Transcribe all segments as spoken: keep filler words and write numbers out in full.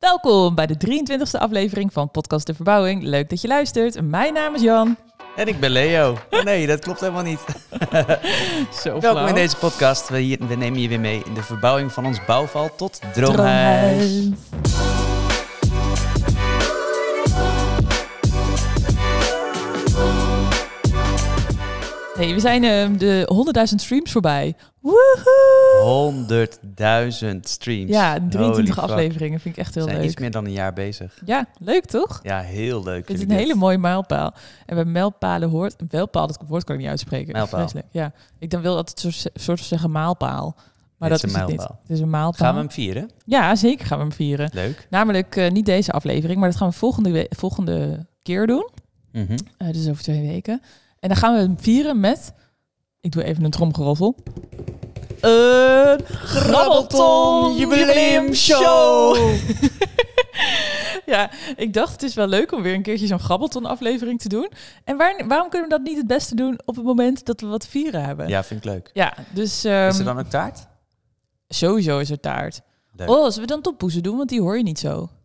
Welkom bij de drieëntwintigste aflevering van Podcast De Verbouwing. Leuk dat je luistert. Mijn naam is Jan. En ik ben Leo. Oh nee, dat klopt helemaal niet. Zo Welkom in deze podcast. We, hier, we nemen je weer mee in de verbouwing van ons bouwval tot droomhuis. Droomhuis. Hey, we zijn uh, de honderdduizend streams voorbij. Woehoe! honderdduizend streams. Ja, drieëntwintig afleveringen vind ik echt heel leuk. We zijn leuk. iets meer dan een jaar bezig. Ja, leuk toch? Ja, heel leuk. Het is een hele mooie mijlpaal. En bij mijlpalen hoort... Een mijlpaal, dat woord kan ik niet uitspreken. Mijlpaal. Vreselijk. Ja, ik dan wil altijd een soort, soort zeggen maalpaal. Maar Dit dat is is een het niet. mijlpaal. Het is een mijlpaal. Gaan we hem vieren? Ja, zeker gaan we hem vieren. Leuk. Namelijk uh, niet deze aflevering, maar dat gaan we volgende, we- volgende keer doen. Mm-hmm. Uh, dus over twee weken. En dan gaan we hem vieren met... Ik doe even een tromgeroffel. Een Grabbelton Jubileumshow! Ja, ik dacht het is wel leuk om weer een keertje zo'n Grabbelton aflevering te doen. En waar, waarom kunnen we dat niet het beste doen op het moment dat we wat te vieren hebben? Ja, vind ik leuk. Ja, dus... Um, Is er dan ook taart? Sowieso is er taart. Leuk. Oh, zullen we dan toppoezen doen? Want die hoor je niet zo. Of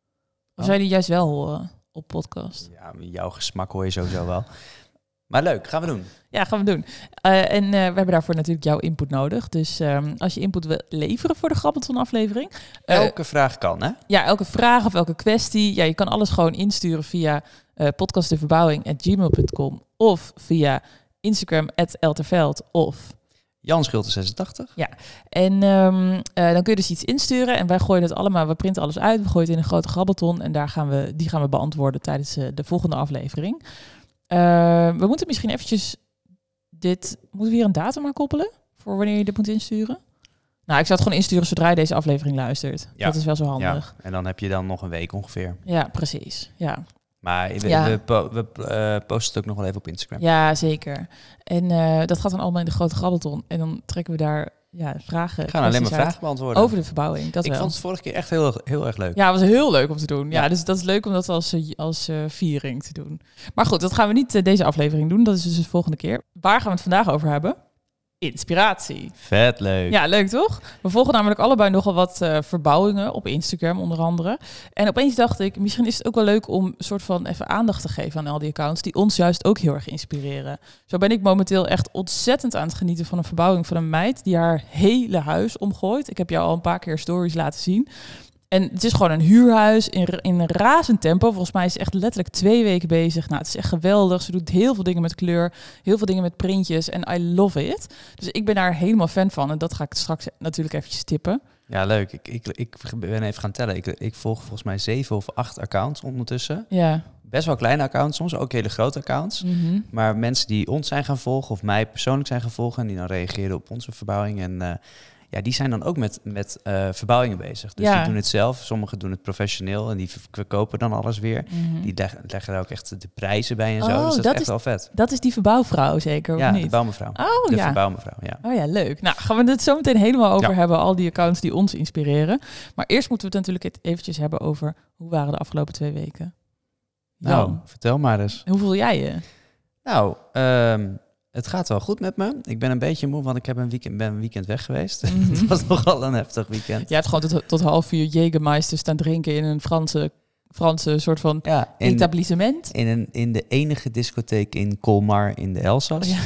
Oh. zou je die juist wel horen op podcast? Ja, jouw gesmak hoor je sowieso wel. Maar leuk, gaan we doen. Ja, gaan we doen. Uh, en uh, we hebben daarvoor natuurlijk jouw input nodig. Dus um, als je input wil leveren voor de Grabbelton aflevering... Uh, Elke vraag kan, hè? Ja, elke vraag of elke kwestie. Ja, je kan alles gewoon insturen via uh, podcastdeverbouwing at gmail dot com of via Instagram at elterveld of... Jan Schulte zesentachtig. Ja, en um, uh, dan kun je dus iets insturen en wij gooien het allemaal, we printen alles uit, we gooien het in een grote Grabbelton en daar gaan we, die gaan we beantwoorden tijdens uh, de volgende aflevering. Uh, we moeten misschien eventjes dit, moeten we hier een datum aan koppelen voor wanneer je dit moet insturen? Nou, ik zou het gewoon insturen zodra je deze aflevering luistert. Ja. Dat is wel zo handig. Ja, en dan heb je dan nog een week ongeveer. Ja, precies. Ja. Maar we, Ja. we, po- we uh, posten het ook nog wel even op Instagram. Ja, zeker. En uh, dat gaat dan allemaal in de grote Grabbelton. En dan trekken we daar ja, vragen. Ik ga alleen maar vragen beantwoorden. Over de verbouwing, dat Ik wel. vond het vorige keer echt heel, heel erg leuk. Ja, het was heel leuk om te doen. Ja, Ja. dus dat is leuk om dat als, uh, als uh, viering te doen. Maar goed, dat gaan we niet uh, deze aflevering doen. Dat is dus de volgende keer. Waar gaan we het vandaag over hebben? Inspiratie. Vet leuk. Ja, leuk toch? We volgen namelijk allebei nogal wat uh, verbouwingen op Instagram onder andere. En opeens dacht ik, misschien is het ook wel leuk om een soort van even aandacht te geven aan al die accounts die ons juist ook heel erg inspireren. Zo ben ik momenteel echt ontzettend aan het genieten van een verbouwing van een meid die haar hele huis omgooit. Ik heb jou al een paar keer stories laten zien. En het is gewoon een huurhuis in, in een razend tempo. Volgens mij is ze echt letterlijk twee weken bezig. Nou, het is echt geweldig. Ze doet heel veel dingen met kleur. Heel veel dingen met printjes. En I love it. Dus ik ben daar helemaal fan van. En dat ga ik straks natuurlijk eventjes tippen. Ja, leuk. Ik, ik, ik ben even gaan tellen. Ik, ik volg volgens mij zeven of acht accounts ondertussen. Ja. Best wel kleine accounts soms, ook hele grote accounts. Mm-hmm. Maar mensen die ons zijn gaan volgen of mij persoonlijk zijn gaan volgen en die dan reageren op onze verbouwing. En uh, ja, die zijn dan ook met, met uh, verbouwingen bezig. Dus Ja. die doen het zelf. Sommigen doen het professioneel en die verkopen dan alles weer. Mm-hmm. Die leg, leggen daar ook echt de prijzen bij en zo. Oh, Dus dat, dat is echt is- wel vet. Dat is die verbouwvrouw zeker, Ja, of de niet? bouwmevrouw. Oh de ja. verbouwmevrouw, ja. Oh ja, leuk. Nou, gaan we het zo meteen helemaal over Ja. hebben. Al die accounts die ons inspireren. Maar eerst moeten we het natuurlijk eventjes hebben over hoe waren de afgelopen twee weken. Nou, Jan, vertel maar eens. hoe voel jij je? Nou, um, het gaat wel goed met me. Ik ben een beetje moe, want ik heb een weekend, ben een weekend weg geweest. Mm-hmm. Het was nogal een heftig weekend. Je hebt gewoon tot, tot half vier Jägermeister staan drinken in een Franse, Franse soort van Ja, in, etablissement. in, een, in de enige discotheek in Colmar in de Elzas. Ja.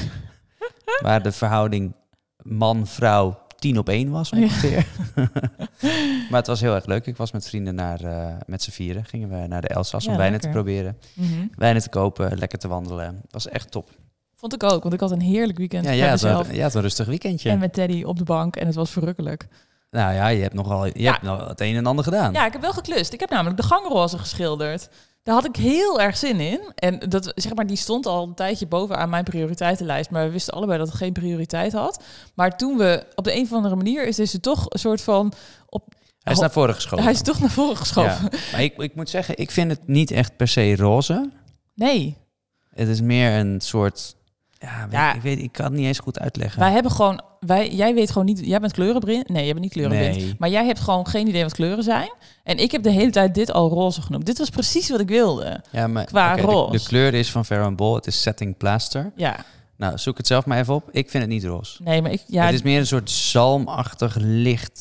Waar de verhouding man-vrouw tien op één was ongeveer. Ja. Maar het was heel erg leuk. Ik was met vrienden naar, uh, met z'n vieren. Gingen we naar de Elzas Ja, om wijnen lekker. te proberen. Mm-hmm. Wijnen te kopen, lekker te wandelen. Het was echt top. Vond ik ook, want ik had een heerlijk weekend Ja, bij jij had, mezelf. een, jij had een rustig weekendje. En met Teddy op de bank en het was verrukkelijk. Nou ja, je hebt nogal je Ja. hebt nog het een en ander gedaan. Ja, ik heb wel geklust. Ik heb namelijk de gangroze geschilderd. Daar had ik heel erg zin in. En dat, zeg maar, die stond al een tijdje bovenaan mijn prioriteitenlijst. Maar we wisten allebei dat het geen prioriteit had. Maar toen we, op de een of andere manier, is deze toch een soort van... Op, Hij is naar voren geschoven. Hij is toch naar voren geschoven. Ja. Maar ik, ik moet zeggen, ik vind het niet echt per se roze. Nee. Het is meer een soort... Ja, weet, Ja. Ik, weet, ik kan het niet eens goed uitleggen. Wij hebben gewoon... Wij, jij weet gewoon niet... Jij bent kleurenblind. Nee, jij bent niet kleurenblind. Nee. Maar jij hebt gewoon geen idee wat kleuren zijn. En ik heb de hele tijd dit al roze genoemd. Dit was precies wat ik wilde. Ja, maar Qua okay, roze. de, de kleur is van Farrow Ball. Het is Setting Plaster. Ja. Nou, zoek het zelf maar even op. Ik vind het niet roze. Nee, maar ik... Ja, het is meer een soort zalmachtig licht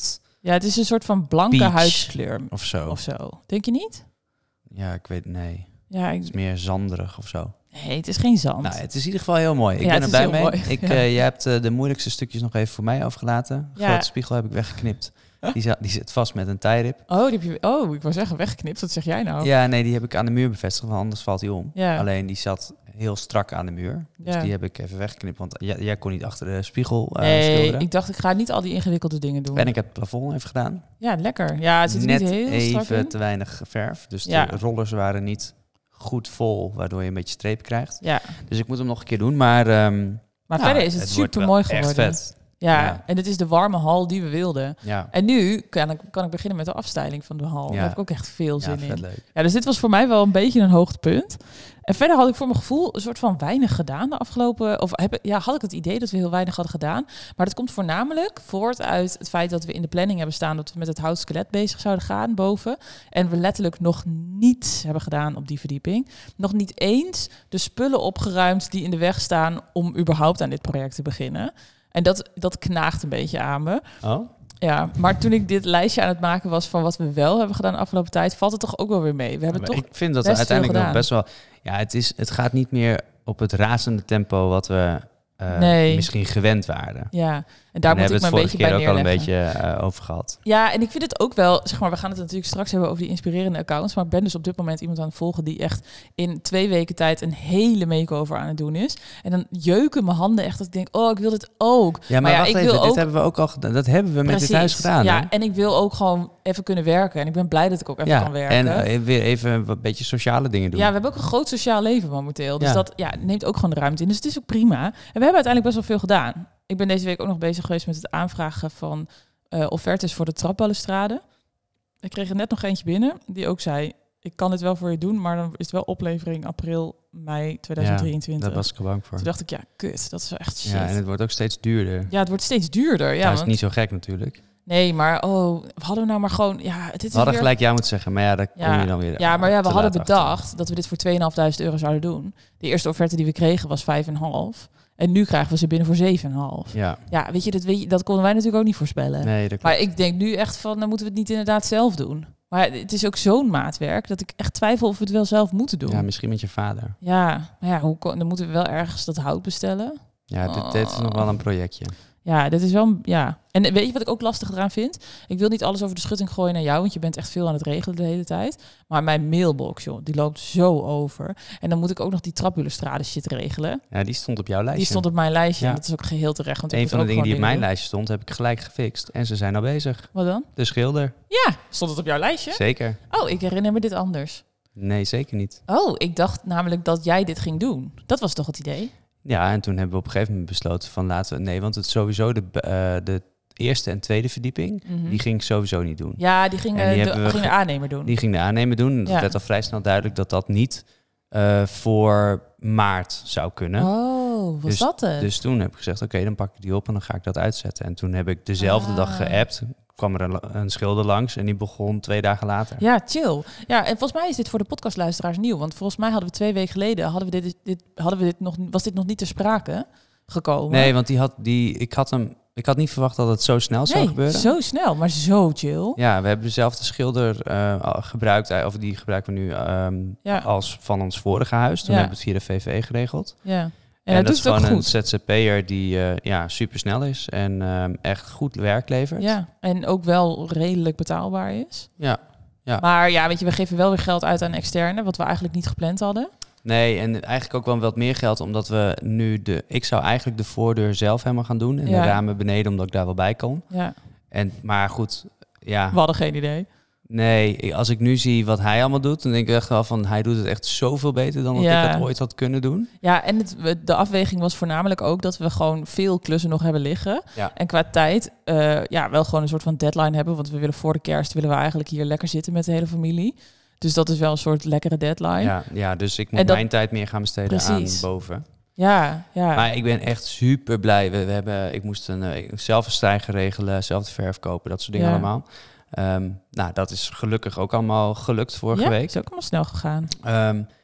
Ja, het is een soort van blanke Peach huidskleur. Of zo. Of zo. Denk je niet? Ja, ik weet, nee. Ja, ik... Het is meer zanderig of zo. Nee, het is geen zand. Nou, het is in ieder geval heel mooi. Ik Ja, ben er het blij is mee. heel mooi. Ik, Ja. uh, jij hebt uh, de moeilijkste stukjes nog even voor mij overgelaten. De Ja. grote spiegel heb ik weggeknipt. Die, za- die zit vast met een tie-rip. Oh, die heb je... oh, ik wou zeggen weggeknipt. Wat zeg jij nou? Ja, nee, die heb ik aan de muur bevestigd, want anders valt hij om. Ja. Alleen die zat heel strak aan de muur. Dus Ja. die heb ik even weggeknipt, want j- jij kon niet achter de spiegel uh, nee, schilderen. ik dacht ik ga niet al die ingewikkelde dingen doen. En ik heb het plafond even gedaan. Ja, lekker. Ja, het zit er Net niet heel strak even in. te weinig verf. Dus Ja. de rollers waren niet goed vol, waardoor je een beetje streep krijgt. Ja, Dus ik moet hem nog een keer doen, maar... Um, maar nou, verder is het, wordt super mooi wel geworden. Echt vet. Ja, Ja. en het is de warme hal die we wilden. Ja, En nu kan ik, kan ik beginnen met de afstyling van de hal. Ja. Daar heb ik ook echt veel ja zin vet in. leuk. Ja, dus dit was voor mij wel een beetje een hoogtepunt. En verder had ik voor mijn gevoel een soort van weinig gedaan de afgelopen... Of heb, ja, had ik het idee dat we heel weinig hadden gedaan. Maar dat komt voornamelijk voort uit het feit dat we in de planning hebben staan... dat we met het houtskelet bezig zouden gaan boven. En we letterlijk nog niets hebben gedaan op die verdieping. Nog niet eens de spullen opgeruimd die in de weg staan... om überhaupt aan dit project te beginnen. En dat, dat knaagt een beetje aan me. Oh? Ja, maar toen ik dit lijstje aan het maken was van wat we wel hebben gedaan de afgelopen tijd, valt het toch ook wel weer mee. We hebben Maar toch ik vind dat we best uiteindelijk veel nog best wel... Ja, het, is, het gaat niet meer op het razende tempo wat we uh, Nee. misschien gewend waren. ja, en daar en moet ik hebben me we een het beetje vorige bij keer ook al een neerleggen. beetje uh, over gehad. Ja, en ik vind het ook wel, zeg maar, we gaan het natuurlijk straks hebben over die inspirerende accounts, maar ik ben dus op dit moment iemand aan het volgen die echt in twee weken tijd een hele make-over aan het doen is. En dan jeuken mijn handen echt dat ik denk, oh, ik wil dit ook. Ja, maar, ja, wacht ik even, wil dit ook... hebben we ook al gedaan. Dat hebben we met Precies. dit huis gedaan. Ja, hè? en ik wil ook gewoon even kunnen werken. En ik ben blij dat ik ook even ja, kan werken. en uh, weer even een beetje sociale dingen doen. Ja, we hebben ook een groot sociaal leven momenteel. Dus Ja. dat ja, neemt ook gewoon de ruimte in. Dus het is ook prima. En we hebben uiteindelijk best wel veel gedaan. Ik ben deze week ook nog bezig geweest met het aanvragen van uh, offertes voor de trapbalustrade. Ik kreeg er net nog eentje binnen die ook zei, ik kan dit wel voor je doen, maar dan is het wel oplevering april, mei tweeduizend drieëntwintig. Ja, daar was ik al bang voor. Toen dacht ik, ja, kut, dat is wel echt shit. Ja, en het wordt ook steeds duurder. Ja, het wordt steeds duurder. Ja, Ja, dat is want- niet zo gek natuurlijk. Nee, maar oh, hadden we nou maar gewoon... Ja, dit is We hadden weer... gelijk ja moeten zeggen, maar ja, daar Ja, kom je dan weer. Ja, maar ja, we te hadden laat bedacht achter. dat we dit voor tweeduizend vijfhonderd euro zouden doen. De eerste offerte die we kregen was vijf komma vijf. En nu krijgen we ze binnen voor zeven komma vijf. Ja, Ja, weet je, dat, weet je, dat konden wij natuurlijk ook niet voorspellen. nee, dat klopt. Maar ik denk nu echt van, dan moeten we het niet inderdaad zelf doen. Maar het is ook zo'n maatwerk dat ik echt twijfel of we het wel zelf moeten doen. Ja, Ja, misschien met je vader. maar ja, hoe, kon- dan moeten we wel ergens dat hout bestellen. Ja, dit, dit is nog wel een projectje. Ja, dit is wel... een- Ja. En weet je wat ik ook lastig eraan vind? Ik wil niet alles over de schutting gooien naar jou, want je bent echt veel aan het regelen de hele tijd. Maar mijn mailbox, joh, die loopt zo over. En dan moet ik ook nog die trapbalustrade shit regelen. Ja, die stond op jouw lijstje. Die stond op mijn lijstje. Ja. En dat is ook geheel terecht. Want ik Een moet van de ook dingen die op gewoon mijn dingen lijstje stond, heb ik gelijk gefixt. En ze zijn al bezig. doen. Wat dan? De schilder. Ja, stond het op jouw lijstje? Zeker. Oh, ik herinner me dit anders. Nee, zeker niet. Oh, ik dacht namelijk dat jij dit ging doen. Dat was toch het idee? Ja, en toen hebben we op een gegeven moment besloten van laten we... Nee, want het sowieso de, uh, de eerste en tweede verdieping, Mhm. die ging ik sowieso niet doen. Ja, die ging, En die eh, hebben de, we ging de ge- aannemer doen. Die ging de aannemer doen. Het Ja. werd al vrij snel duidelijk dat dat niet uh, voor maart zou kunnen. Oh, was Dus- dat het? Dus toen heb ik gezegd, oké, dan pak ik die op en dan ga ik dat uitzetten. En toen heb ik dezelfde Ah. dag geappt, kwam er een, een schilder langs en die begon twee dagen later. Ja, chill. Ja, en volgens mij is dit voor de podcastluisteraars nieuw. Want volgens mij hadden we twee weken geleden, hadden we dit, dit, hadden we dit nog, was dit nog niet ter sprake gekomen. Nee, want die had die, ik had hem, ik had niet verwacht dat het zo snel zou Nee, gebeuren. zo snel, maar zo chill. Ja, we hebben dezelfde schilder uh, al gebruikt, uh, of die gebruiken we nu um, Ja. als van ons vorige huis. Toen Ja. hebben we het via de V V E geregeld. Ja. En, En, hij dat doet is het ook gewoon goed. een Z Z P'er die uh, ja, super snel is en um, echt goed werk levert. Ja, en ook wel redelijk betaalbaar is. Ja. Ja. Maar ja, weet je, we geven wel weer geld uit aan externe, wat we eigenlijk niet gepland hadden. Nee, en eigenlijk ook wel wat meer geld, omdat we nu de... Ik zou eigenlijk de voordeur zelf helemaal gaan doen en Ja. de ramen beneden, omdat ik daar wel bij kon. Ja, En, maar goed, ja, we hadden geen idee. nee, als ik nu zie wat hij allemaal doet, dan denk ik echt wel van, hij doet het echt zoveel beter dan wat Ja. ik dat ooit had kunnen doen. Ja, en het, de afweging was voornamelijk ook dat we gewoon veel klussen nog hebben liggen. Ja. En qua tijd, uh, ja, wel gewoon een soort van deadline hebben. Want we willen voor de kerst, willen we eigenlijk hier lekker zitten met de hele familie. Dus dat is wel een soort lekkere deadline. Ja, Ja, ja, dus ik moet En dat- mijn tijd meer gaan besteden Precies. aan boven. ja. ja. Maar ik ben echt super blij. We, we hebben, ik moest een, uh, zelf een stijger regelen, zelf de verf kopen, dat soort dingen Ja. allemaal. Um, nou, dat is gelukkig ook allemaal gelukt vorige ja, week. is ook allemaal snel gegaan. Um,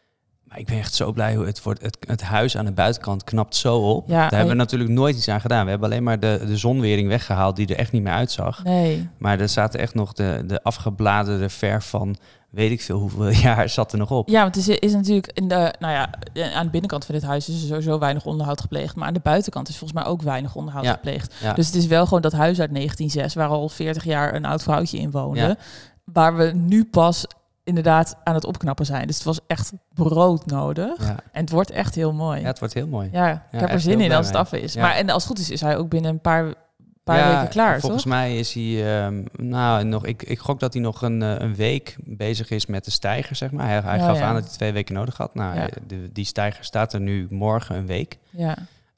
Maar ik ben echt zo blij hoe het wordt. Het, het huis aan de buitenkant knapt zo op. Ja, Daar hebben we ik... natuurlijk nooit iets aan gedaan. We hebben alleen maar de, de zonwering weggehaald die er echt niet meer uitzag. Nee. Maar er zaten echt nog de, de afgebladerde verf van weet ik veel hoeveel jaar zat er nog op. Ja, want het is, is natuurlijk in de, nou ja, aan de binnenkant van dit huis is er sowieso weinig onderhoud gepleegd. Maar aan de buitenkant is volgens mij ook weinig onderhoud Ja. gepleegd. Ja. Dus het is wel gewoon dat huis uit negentien zes, waar al veertig jaar een oud vrouwtje in woonde. Ja. Waar we nu pas inderdaad aan het opknappen zijn. Dus het was echt broodnodig. Ja. En het wordt echt heel mooi. Ja, het wordt heel mooi. Ja, ik Ja, heb er echt zin heel in blij als het mee. af is. Ja. Maar en als het goed is, is hij ook binnen een paar, paar Ja, weken klaar, volgens toch? mij is hij, um, nou, nog, ik, ik gok dat hij nog een, uh, een week bezig is met de steiger, zeg maar. Hij, hij Oh, gaf ja. aan dat hij twee weken nodig had. Nou, Ja. de, die steiger staat er nu morgen een week. Ja,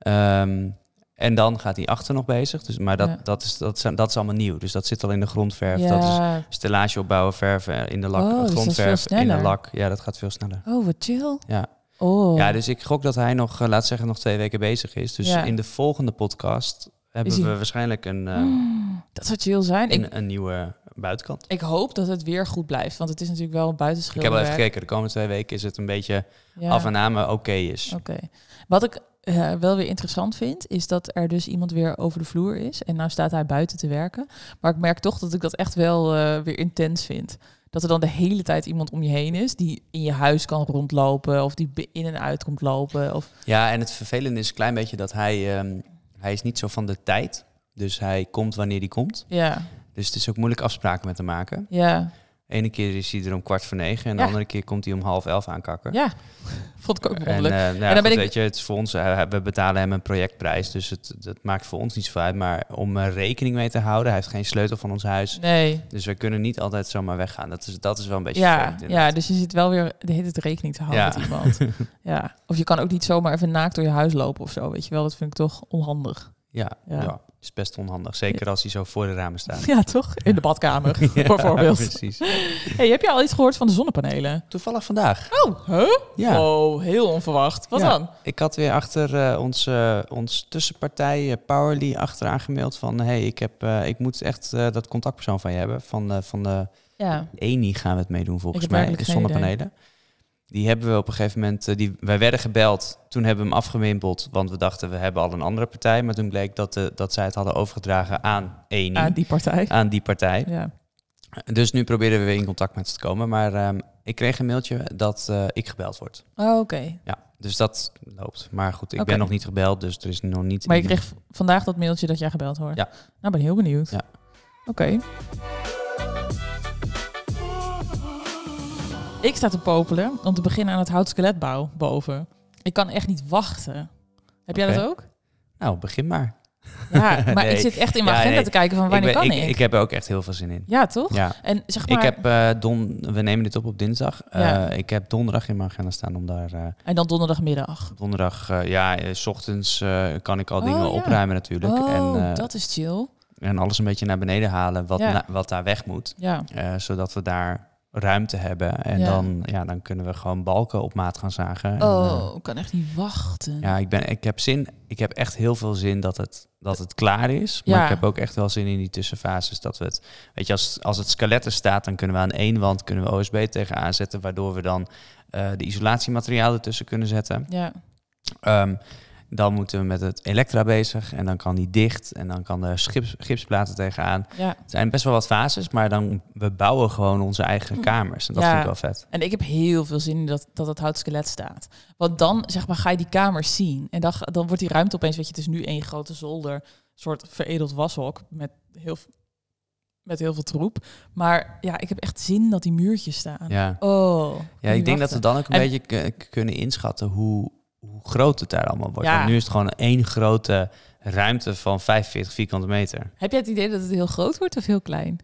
Um, en dan gaat hij achter nog bezig. Dus, maar dat, Ja. dat, is, dat, is, dat is allemaal nieuw. Dus dat zit al in de grondverf. ja. Dat is stellage opbouwen, verven in de lak, Oh, dus dat is grondverf veel in de sneller. lak. Ja, dat gaat veel sneller. Oh, wat chill. Ja. Oh. Ja, dus ik gok dat hij nog, uh, laat zeggen, nog twee weken bezig is. Dus Ja. in de volgende podcast hebben Is hij- we waarschijnlijk een, uh, Mm, dat zou chill zijn. Ik, een, een nieuwe buitenkant. ik hoop dat het weer goed blijft, want het is natuurlijk wel Ik heb al buitenschilderwerk. even gekeken. De komende twee weken is het een beetje Ja. af en aan, maar oké is. Oké. Wat ik eh, wel weer interessant vind, is dat er dus iemand weer over de vloer is. En nou staat hij buiten te werken. Maar ik merk toch dat ik dat echt wel uh, weer intens vind. Dat er dan de hele tijd iemand om je heen is die in je huis kan rondlopen of die in en uit komt lopen. Of... Ja, en het vervelende is een klein beetje dat hij, um, hij is niet zo van de tijd. Dus hij komt wanneer hij komt. Ja, Dus het is ook moeilijk afspraken met te maken. ja, De ene keer is hij er om kwart voor negen en de Ja. andere keer komt hij om half elf aankakken. ja. Vond ik ook En, wonderlijk. uh, nou ja, dan goed, ben ik- weet je, het is voor ons, uh, we betalen hem een projectprijs, dus het, dat maakt voor ons niet zoveel uit. Maar om er rekening mee te houden, hij heeft geen sleutel van ons huis. Nee. Dus we kunnen niet altijd zomaar weggaan. Dat is, dat is wel een beetje Ja, vervelend, ja, inderdaad. dus je zit wel weer de hele tijd rekening te houden Ja. met iemand. Ja. Of je kan ook niet zomaar even naakt door je huis lopen of zo, weet je wel. Dat vind ik toch onhandig. Ja, Ja. ja. is best onhandig. Zeker als hij zo voor de ramen staat. Ja, toch? In de badkamer, Ja, bijvoorbeeld. precies. Hey, heb je al iets gehoord van de zonnepanelen? Toevallig vandaag. Oh, huh? Ja. Oh, heel onverwacht. Wat Ja. dan? Ik had weer achter uh, ons, uh, ons tussenpartij uh, Powerly achteraan gemaild van... hey, ik, heb, uh, ik moet echt uh, dat contactpersoon van je hebben. Van, uh, van de Ja. Eni gaan we het meedoen volgens Ik heb mij. De eigenlijk geen zonnepanelen. Die hebben we op een gegeven moment... Uh, die, wij werden gebeld. Toen hebben we hem afgewimpeld. Want we dachten, we hebben al een andere partij. Maar toen bleek dat, uh, dat zij het hadden overgedragen aan Eni. Aan die partij. Aan die partij. Ja. Dus nu proberen we weer in contact met ze te komen. Maar um, ik kreeg een mailtje dat uh, ik gebeld word. Oh, oké. Okay. Ja, dus dat loopt. Maar goed, ik Okay. ben nog niet gebeld, dus er is nog niet... Maar je kreeg v- vandaag dat mailtje dat jij gebeld wordt? Ja. Nou, ben heel benieuwd. Ja. Oké. Okay. Ik sta te popelen om te beginnen aan het houtskeletbouw boven. Ik kan echt niet wachten. Heb jij Okay. dat ook? Nou, begin maar. Ja, maar Nee. ik zit echt in mijn Ja, agenda nee. te kijken van wanneer ik, ben, kan ik? ik? Ik heb er ook echt heel veel zin in. Ja, toch? Ja. En zeg maar... Ik heb uh, don, we nemen dit op op dinsdag. Ja. Uh, ik heb donderdag in mijn agenda staan om daar... Uh, en dan donderdagmiddag. Donderdag, uh, ja, uh, 's ochtends uh, kan ik al Oh, dingen ja. opruimen natuurlijk. Oh, en, uh, dat is chill. En alles een beetje naar beneden halen wat, Ja. na, wat daar weg moet. Ja. Uh, zodat we daar ruimte hebben. En Ja. dan, ja, dan kunnen we gewoon balken op maat gaan zagen. Oh, en, uh, ik kan echt niet wachten. ja, ik, ben, ik heb zin. Ik heb echt heel veel zin dat het, dat het klaar is. Maar Ja. ik heb ook echt wel zin in die tussenfases. Dat we het, weet je, als, als het skelet er staat, dan kunnen we aan één wand kunnen we O S B tegenaan zetten, waardoor we dan uh, de isolatiemateriaal ertussen kunnen zetten. Ja. Um, dan moeten we met het elektra bezig en dan kan die dicht en dan kan de gips, gipsplaten tegenaan. Ja. Het zijn best wel wat fases, maar dan we bouwen gewoon onze eigen kamers. En dat Ja. vind ik wel vet. En ik heb heel veel zin in dat, dat het houtskelet staat. Want dan, zeg maar, ga je die kamers zien. En dan, dan wordt die ruimte opeens, weet je, het is nu één grote zolder. Een soort veredeld washok met heel, met heel veel troep. Maar ja, ik heb echt zin dat die muurtjes staan. Ja, Oh. ja ik denk dat we dan ook een En- beetje k- kunnen inschatten hoe, hoe groot het daar allemaal wordt. Ja. Want nu is het gewoon één grote ruimte van vijfenveertig vierkante meter. Heb jij het idee dat het heel groot wordt of heel klein?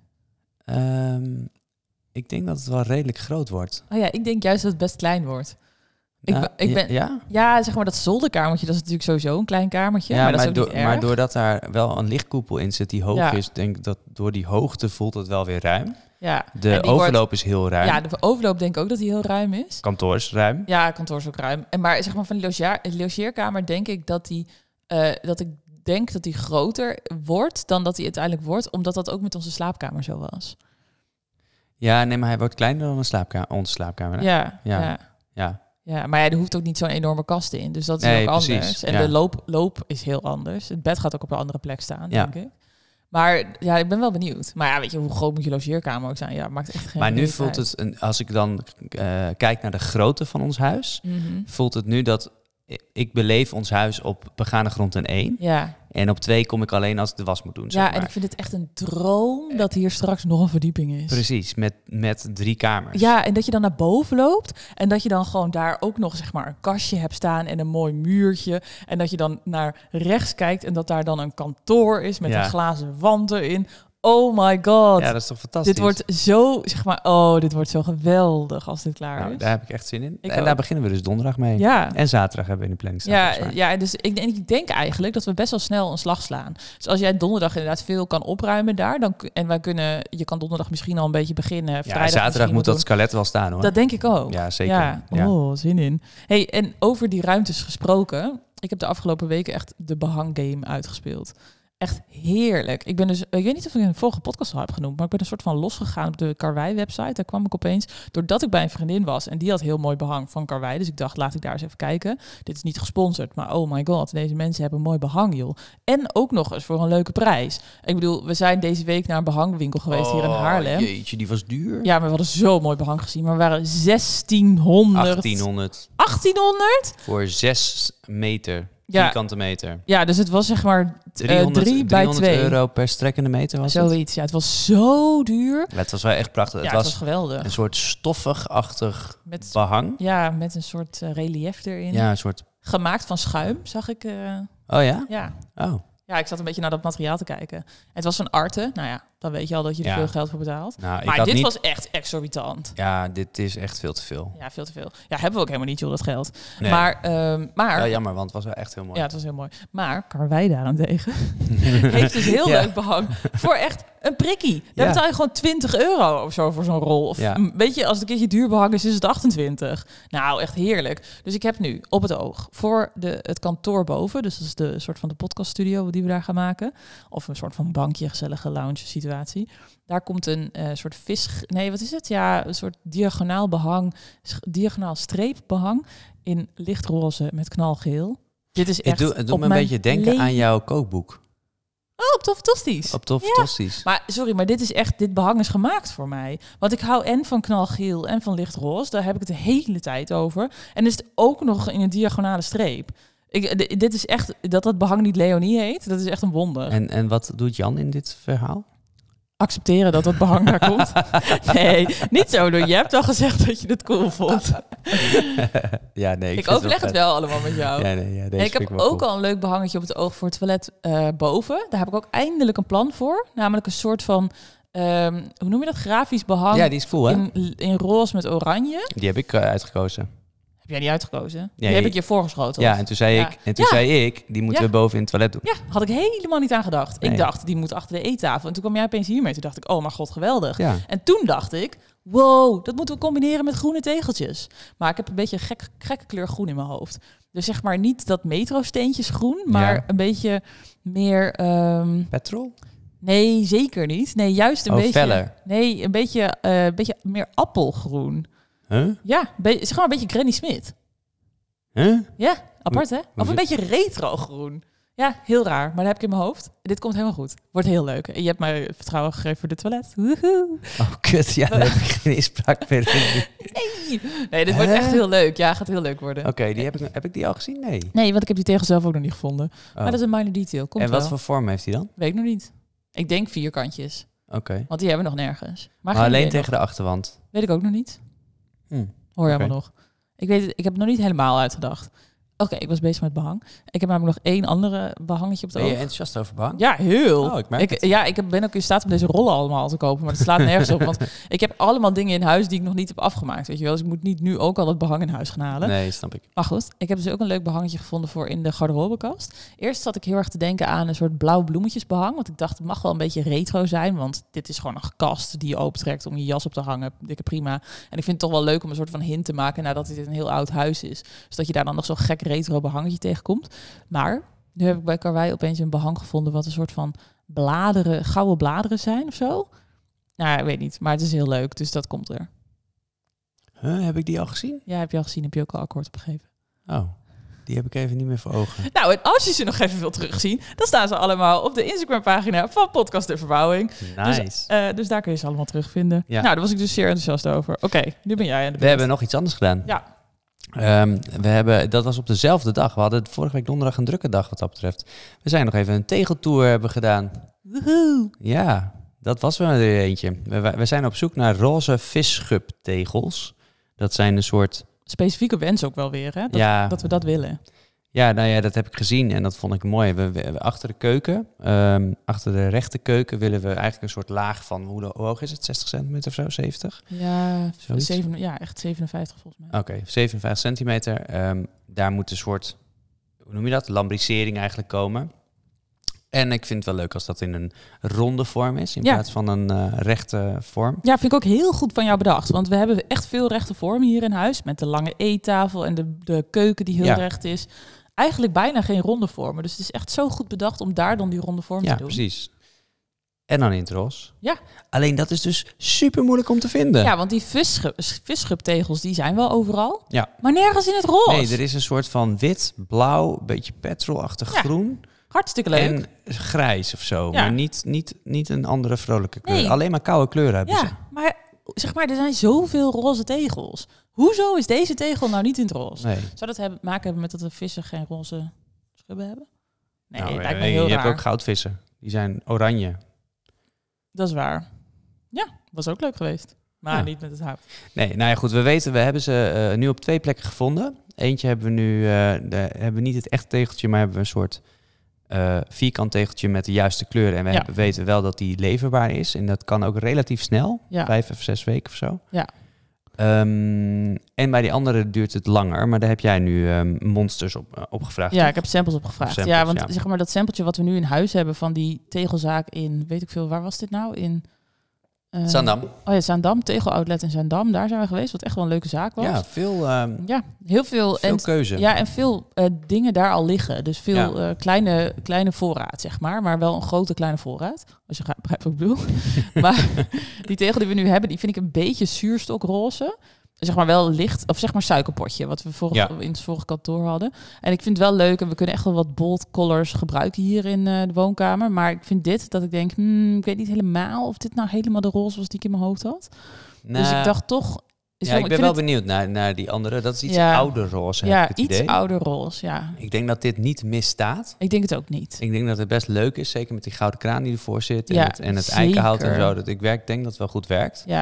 Um, ik denk dat het wel redelijk groot wordt. Oh ja, ik denk juist dat het best klein wordt. Ik, Nou, ben- ik ben, ja? ja, zeg maar dat zolderkamertje, dat is natuurlijk sowieso een klein kamertje. Ja, maar dat is ook door- niet erg. maar doordat daar wel een lichtkoepel in zit die hoog Ja. is, denk ik dat door die hoogte voelt het wel weer ruim. ja. De En die overloop wordt- is heel ruim. Ja, de overloop denk ik ook dat die heel ruim is. Kantoor is ruim. Ja, kantoor is ook ruim. En maar zeg maar van die logeer, logeerkamer denk ik dat die, uh, dat ik denk dat die groter wordt dan dat die uiteindelijk wordt, omdat dat ook met onze slaapkamer zo was. Ja, nee, maar hij wordt kleiner dan een slaapkamer, onze slaapkamer. Hè? Ja, Ja. ja, ja. Ja. Ja, maar ja, er hoeft ook niet zo'n enorme kast in. Dus dat is Nee, ook precies, anders. En ja. de loop, loop is heel anders. Het bed gaat ook op een andere plek staan, Ja. denk ik. Maar ja, ik ben wel benieuwd. Maar ja, weet je, hoe groot moet je logeerkamer ook zijn? Ja, maakt echt geen Maar nu reet voelt uit. het, een, als ik dan uh, kijk naar de grootte van ons huis, Mhm. voelt het nu dat ik beleef ons huis op begane grond en één. Ja. En op twee kom ik alleen als ik de was moet doen. Zeg Ja, maar. en ik vind het echt een droom dat hier straks nog een verdieping is. Precies, met, met drie kamers. Ja, en dat je dan naar boven loopt en dat je dan gewoon daar ook nog zeg maar een kastje hebt staan en een mooi muurtje. En dat je dan naar rechts kijkt en dat daar dan een kantoor is met Ja. een glazen wand erin. Oh my god. Ja, dat is toch fantastisch. Dit wordt zo, zeg maar, oh, dit wordt zo geweldig als dit klaar Nou, is. daar heb ik echt zin in. Ik en ook. daar beginnen we dus donderdag mee. Ja. En zaterdag hebben we in de planning staan. Ja, volgens mij. ja, dus ik, denk- ik denk eigenlijk dat we best wel snel een slag slaan. Dus als jij donderdag inderdaad veel kan opruimen daar, dan kun- en wij kunnen, je kan donderdag misschien al een beetje beginnen. Ja, Vrijdag zaterdag misschien moet wat dat doen. skelet wel staan hoor. Dat denk ik ook. Ja, zeker. Ja. Ja. Oh, zin in. Hey, en over die ruimtes gesproken. Ik heb de afgelopen weken echt de behanggame uitgespeeld. Echt heerlijk. Ik ben dus, ik weet niet of ik in een vorige podcast al heb genoemd, maar ik ben een soort van losgegaan op de Karwei-website. Daar kwam ik opeens, doordat ik bij een vriendin was en die had heel mooi behang van Karwei. Dus ik dacht, laat ik daar eens even kijken. Dit is niet gesponsord, maar oh my god, deze mensen hebben mooi behang, joh. En ook nog eens voor een leuke prijs. Ik bedoel, we zijn deze week naar een behangwinkel geweest hier in Haarlem. Oh, jeetje, die was duur. Ja, maar we hadden zo mooi behang gezien. Maar we waren zestienhonderd. achttienhonderd achttienhonderd? voor zes meter. Ja. Vierkante meter. Ja, dus het was zeg maar uh, driehonderd, drie bij driehonderd twee. euro per strekkende meter was het. Zoiets. Ja, het was zo duur. Ja, het was wel echt prachtig. Ja, het het was was geweldig. een soort stoffig-achtig Met, behang. ja, met een soort uh, relief erin. Ja, een soort... Gemaakt van schuim, zag ik. Uh, Oh ja? ja. Oh. ja, ik zat een beetje naar dat materiaal te kijken. Het was van Arte. Nou ja, dan weet je al dat je er Ja. veel geld voor betaalt. Nou, ik Maar had dit niet... was echt exorbitant. Ja, dit is echt veel te veel. Ja, veel te veel. Ja, hebben we ook helemaal niet, joh, dat geld. Nee. Maar, um, maar Ja, jammer, want het was wel echt heel mooi. ja, het was heel mooi. Maar Karwei daarentegen heeft dus heel Ja. leuk behang voor echt een prikkie. Daar Ja. betaal je gewoon twintig euro of zo voor zo'n rol. Of Ja. m, weet je, als het een keertje duur behang is, is het achtentwintig. Nou, echt heerlijk. Dus ik heb nu op het oog voor de, het kantoor boven, dus dat is de soort van de podcaststudio die we daar gaan maken. Of een soort van bankje, gezellige lounge situatie. Daar komt een uh, soort vis... Nee, wat is het? Ja, een soort diagonaal behang, sch- diagonaal streepbehang in lichtroze met knalgeel. Dit is Het echt doet, het doet op me een mijn beetje denken le- aan jouw kookboek. Oh, op Tof Tosties. Op Tof Ja. Tosties. Maar sorry, maar dit is echt, dit behang is gemaakt voor mij. Want ik hou en van knalgeel en van lichtroze. Daar heb ik het de hele tijd over. En is het ook nog in een diagonale streep. Ik, d- dit is echt, dat dat behang niet Leonie heet, dat is echt een wonder. En, en wat doet Jan in dit verhaal? Accepteren dat dat behang daar komt. Nee, niet zo doen. Je hebt al gezegd dat je het cool vond. Ja, nee. Ik, vind overleg het vet. wel allemaal met jou. Ja, nee, ja, deze En ik vind heb wel ook cool. al een leuk behangetje op het oog voor het toilet uh, boven. Daar heb ik ook eindelijk een plan voor. Namelijk een soort van, um, hoe noem je dat? Grafisch behang. Ja, die is cool, hè? in, in roze met oranje. Die heb ik uh, uitgekozen. Heb jij die uitgekozen? Ja, die heb je- ik je voorgeschoteld. Ja, en toen zei Ja. ik, en toen Ja. zei ik, die moeten Ja. we boven in het toilet doen. Ja, had ik helemaal niet aan gedacht. Nee. Ik dacht, die moet achter de eettafel. En toen kwam jij opeens hiermee. Toen dacht ik, oh mijn god, geweldig. Ja. En toen dacht ik, wow, dat moeten we combineren met groene tegeltjes. Maar ik heb een beetje een gek, gekke kleur groen in mijn hoofd. Dus zeg maar niet dat metro-steentjes groen, maar Ja. een beetje meer... Um, Petrol? nee, zeker niet. Nee, juist een Oh, beetje... feller. Nee, een beetje, uh, een beetje meer appelgroen. Huh? Ja, be- zeg maar een beetje Granny Smith. Huh? Ja, apart hè? Of hoe een beetje retro-groen. Ja, heel raar, maar dat heb ik in mijn hoofd. Dit komt helemaal goed. Wordt heel leuk. En je hebt mij vertrouwen gegeven voor de toilet. Woehoe. Oh, kut. Ja, daar heb ik geen inspraak meer in. Nee, nee dit wordt Hè? echt heel leuk. Ja, gaat heel leuk worden. Oké, die heb ik, heb ik die al gezien? Nee. Nee, want ik heb die tegel zelf ook nog niet gevonden. Oh. Maar dat is een minor detail. Komt En wat wel. voor vorm heeft hij dan? Weet ik nog niet. Ik denk vierkantjes. Oké. Want die hebben we nog nergens. Maar, Maar geen alleen idee tegen nog. de achterwand. Weet ik ook nog niet. Hm. Hoor je Oké. allemaal nog. Ik weet het, ik heb het nog niet helemaal uitgedacht. Oké, ik was bezig met behang. Ik heb namelijk nog één andere behangetje op het Ben je oog. enthousiast over behang? Ja, heel. Oh, ik merk het. Ja, ik heb- ben ook in staat om deze rollen allemaal te kopen, maar dat slaat nergens op. Want ik heb allemaal dingen in huis die ik nog niet heb afgemaakt, weet je wel. Dus ik moet niet nu ook al het behang in huis gaan halen. Nee, snap ik. Maar goed, ik heb dus ook een leuk behangetje gevonden voor in de garderobekast. Eerst zat ik heel erg te denken aan een soort blauw bloemetjesbehang. Want ik dacht, het mag wel een beetje retro zijn. Want dit is gewoon een kast die je opentrekt om je jas op te hangen. Dikke prima. En ik vind het toch wel leuk om een soort van hint te maken nadat dit een heel oud huis is. Zodat je daar dan nog zo'n gek retro behangetje tegenkomt. Maar nu heb ik bij Karwei opeens een behang gevonden wat een soort van bladeren, gouden bladeren zijn of zo. Nou, ik weet niet. Maar het is heel leuk, dus dat komt er. Huh, heb ik die al gezien? Ja, heb je al gezien. Heb je ook al akkoord opgegeven. Oh, die heb ik even niet meer voor ogen. Nou, en als je ze nog even wilt terugzien, dan staan ze allemaal op de Instagram-pagina van Podcast de Verbouwing. Nice. Dus, uh, dus daar kun je ze allemaal terugvinden. Ja. Nou, daar was ik dus zeer enthousiast over. Oké, okay, nu ben jij aan de beurt. We hebben nog iets anders gedaan. Ja. Um, we hebben, dat was op dezelfde dag. We hadden vorige week donderdag een drukke dag wat dat betreft. We zijn nog even een tegeltour hebben gedaan. Woehoe. Ja, dat was wel er eentje. We, we zijn op zoek naar roze visschubtegels. Dat zijn een soort... Specifieke wens ook wel weer, hè? Dat, ja, dat we dat willen. Ja, nou ja, dat heb ik gezien en dat vond ik mooi. We, we, we achter de keuken, um, achter de rechte keuken, willen we eigenlijk een soort laag van, hoe, hoe hoog is het? zestig centimeter of zo? zeventig? Ja, zeven, ja echt zevenenvijftig volgens mij. Oké, okay, zevenenvijftig centimeter. Um, daar moet een soort, hoe noem je dat? Lambrisering eigenlijk komen. En ik vind het wel leuk als dat in een ronde vorm is, in ja. plaats van een uh, rechte vorm. Ja, vind ik ook heel goed van jou bedacht. Want we hebben echt veel rechte vormen hier in huis. Met de lange eettafel en de, de keuken die heel ja. recht is. Eigenlijk bijna geen ronde vormen. Dus het is echt zo goed bedacht om daar dan die ronde vorm ja, te doen. Ja, precies. En dan in het roze. Ja. Alleen dat is dus super moeilijk om te vinden. Ja, want die visschubtegels die zijn wel overal. Ja. Maar nergens in het roze. Nee, er is een soort van wit, blauw, een beetje petrolachtig ja. groen. Hartstikke leuk. En grijs of zo. Ja. Maar niet, niet, niet een andere vrolijke kleur. Nee. Alleen maar koude kleuren hebben ja, ze. Maar zeg maar, er zijn zoveel roze tegels. Hoezo is deze tegel nou niet in het roze? Nee. Zou dat hebben, maken hebben met dat de vissen geen roze schubben hebben? Nee, nou, het lijkt me nee, heel je raar. hebt ook goudvissen. Die zijn oranje. Dat is waar. Ja, was ook leuk geweest. Maar ja. niet met het hout. Nee, nou ja, goed. We weten, we hebben ze uh, nu op twee plekken gevonden. Eentje hebben we nu, uh, de, hebben we niet het echt tegeltje, maar hebben we een soort uh, vierkant tegeltje met de juiste kleuren. En we ja. hebben, weten wel dat die leverbaar is. En dat kan ook relatief snel. Ja. Vijf of zes weken of zo. Ja. Um, en bij die andere duurt het langer, maar daar heb jij nu um, monsters op, uh, opgevraagd. Ja, toch? Ik heb samples opgevraagd. Samples, ja, want ja. zeg maar dat sampletje wat we nu in huis hebben van die tegelzaak in, weet ik veel, waar was dit nou? In uh, Zaandam. Oh ja, Zaandam, tegeloutlet in Zaandam. Daar zijn we geweest, wat echt wel een leuke zaak was. Ja, veel, um, ja, heel veel, veel en, keuze. Ja, en veel uh, dingen daar al liggen. Dus veel ja. uh, kleine, kleine voorraad, zeg maar. Maar wel een grote kleine voorraad. Als je begrijpt wat ik bedoel. Maar die tegel die we nu hebben, die vind ik een beetje zuurstokroze. Zeg maar wel licht, of zeg maar suikerpotje, wat we vorig, ja. in het vorige kantoor hadden. En ik vind het wel leuk en we kunnen echt wel wat bold colors gebruiken hier in uh, de woonkamer. Maar ik vind dit, dat ik denk, hmm, ik weet niet helemaal of dit nou helemaal de roze was die ik in mijn hoofd had. Nou, dus ik dacht toch... Is ja, wel, ik ben ik wel het... benieuwd naar, naar die andere. Dat is iets ja. ouder roze, ja, heb ik het iets idee. ouder roze, ja. Ik denk dat dit niet misstaat. Ik denk het ook niet. Ik denk dat het best leuk is, zeker met die gouden kraan die ervoor zit. En ja, het, en het eikenhout en zo. Dat ik werk, denk dat het wel goed werkt. Ja.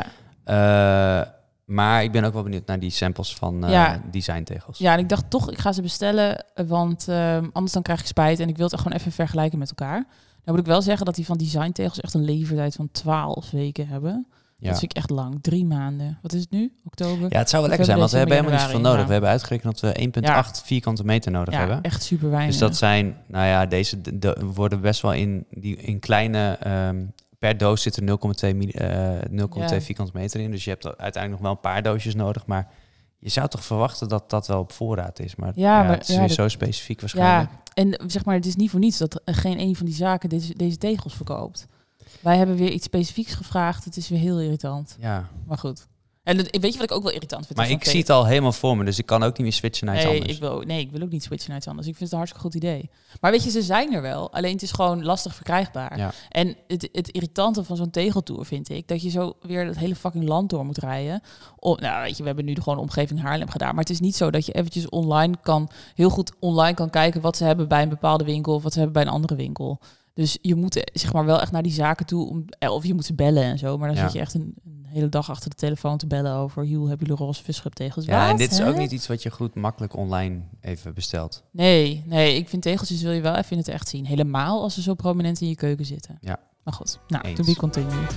Uh, Maar ik ben ook wel benieuwd naar die samples van uh, ja. designtegels. Ja, en ik dacht toch, ik ga ze bestellen, want uh, anders dan krijg ik spijt. En ik wil het gewoon even vergelijken met elkaar. Dan moet ik wel zeggen dat die van designtegels echt een levertijd van twaalf weken hebben. Ja. Dat vind ik echt lang. Drie maanden. Wat is het nu? Oktober? Ja, het zou wel lekker zijn, want we hebben helemaal niet zoveel nodig. We hebben uitgerekend dat we één komma acht ja. vierkante meter nodig ja, hebben. Echt super weinig. Dus dat zijn, nou ja, deze de, de, worden best wel in, die, in kleine... Um, per doos zit er nul komma twee ja. vierkante meter in. Dus je hebt uiteindelijk nog wel een paar doosjes nodig. Maar je zou toch verwachten dat dat wel op voorraad is. Maar, ja, ja, maar het is ja, weer dat, zo specifiek waarschijnlijk. Ja, en zeg maar, het is niet voor niets dat geen een van die zaken deze, deze tegels verkoopt. Wij hebben weer iets specifieks gevraagd. Het is weer heel irritant. Ja. Maar goed. En weet je wat ik ook wel irritant vind? Maar ik zie het al helemaal voor me, dus ik kan ook niet meer switchen naar iets nee, anders. Ik wil, nee, ik wil ook niet switchen naar iets anders. Ik vind het een hartstikke goed idee. Maar weet je, ze zijn er wel. Alleen het is gewoon lastig verkrijgbaar. Ja. En het, het irritante van zo'n tegeltour vind ik, dat je zo weer het hele fucking land door moet rijden. Om, nou, weet je, we hebben nu gewoon de omgeving Haarlem gedaan. Maar het is niet zo dat je eventjes online kan, heel goed online kan kijken wat ze hebben bij een bepaalde winkel of wat ze hebben bij een andere winkel. Dus je moet zeg maar wel echt naar die zaken toe, om, of je moet ze bellen en zo. Maar dan ja. zit je echt een, een hele dag achter de telefoon te bellen over, joh, hebben jullie roze visschubtegels? Ja, wat, en dit is hè? ook niet iets wat je goed makkelijk online even bestelt. Nee, nee, ik vind tegeltjes wil je wel even in het echt zien. Helemaal als ze zo prominent in je keuken zitten. Ja. Maar goed, nou, Eens. to be continued.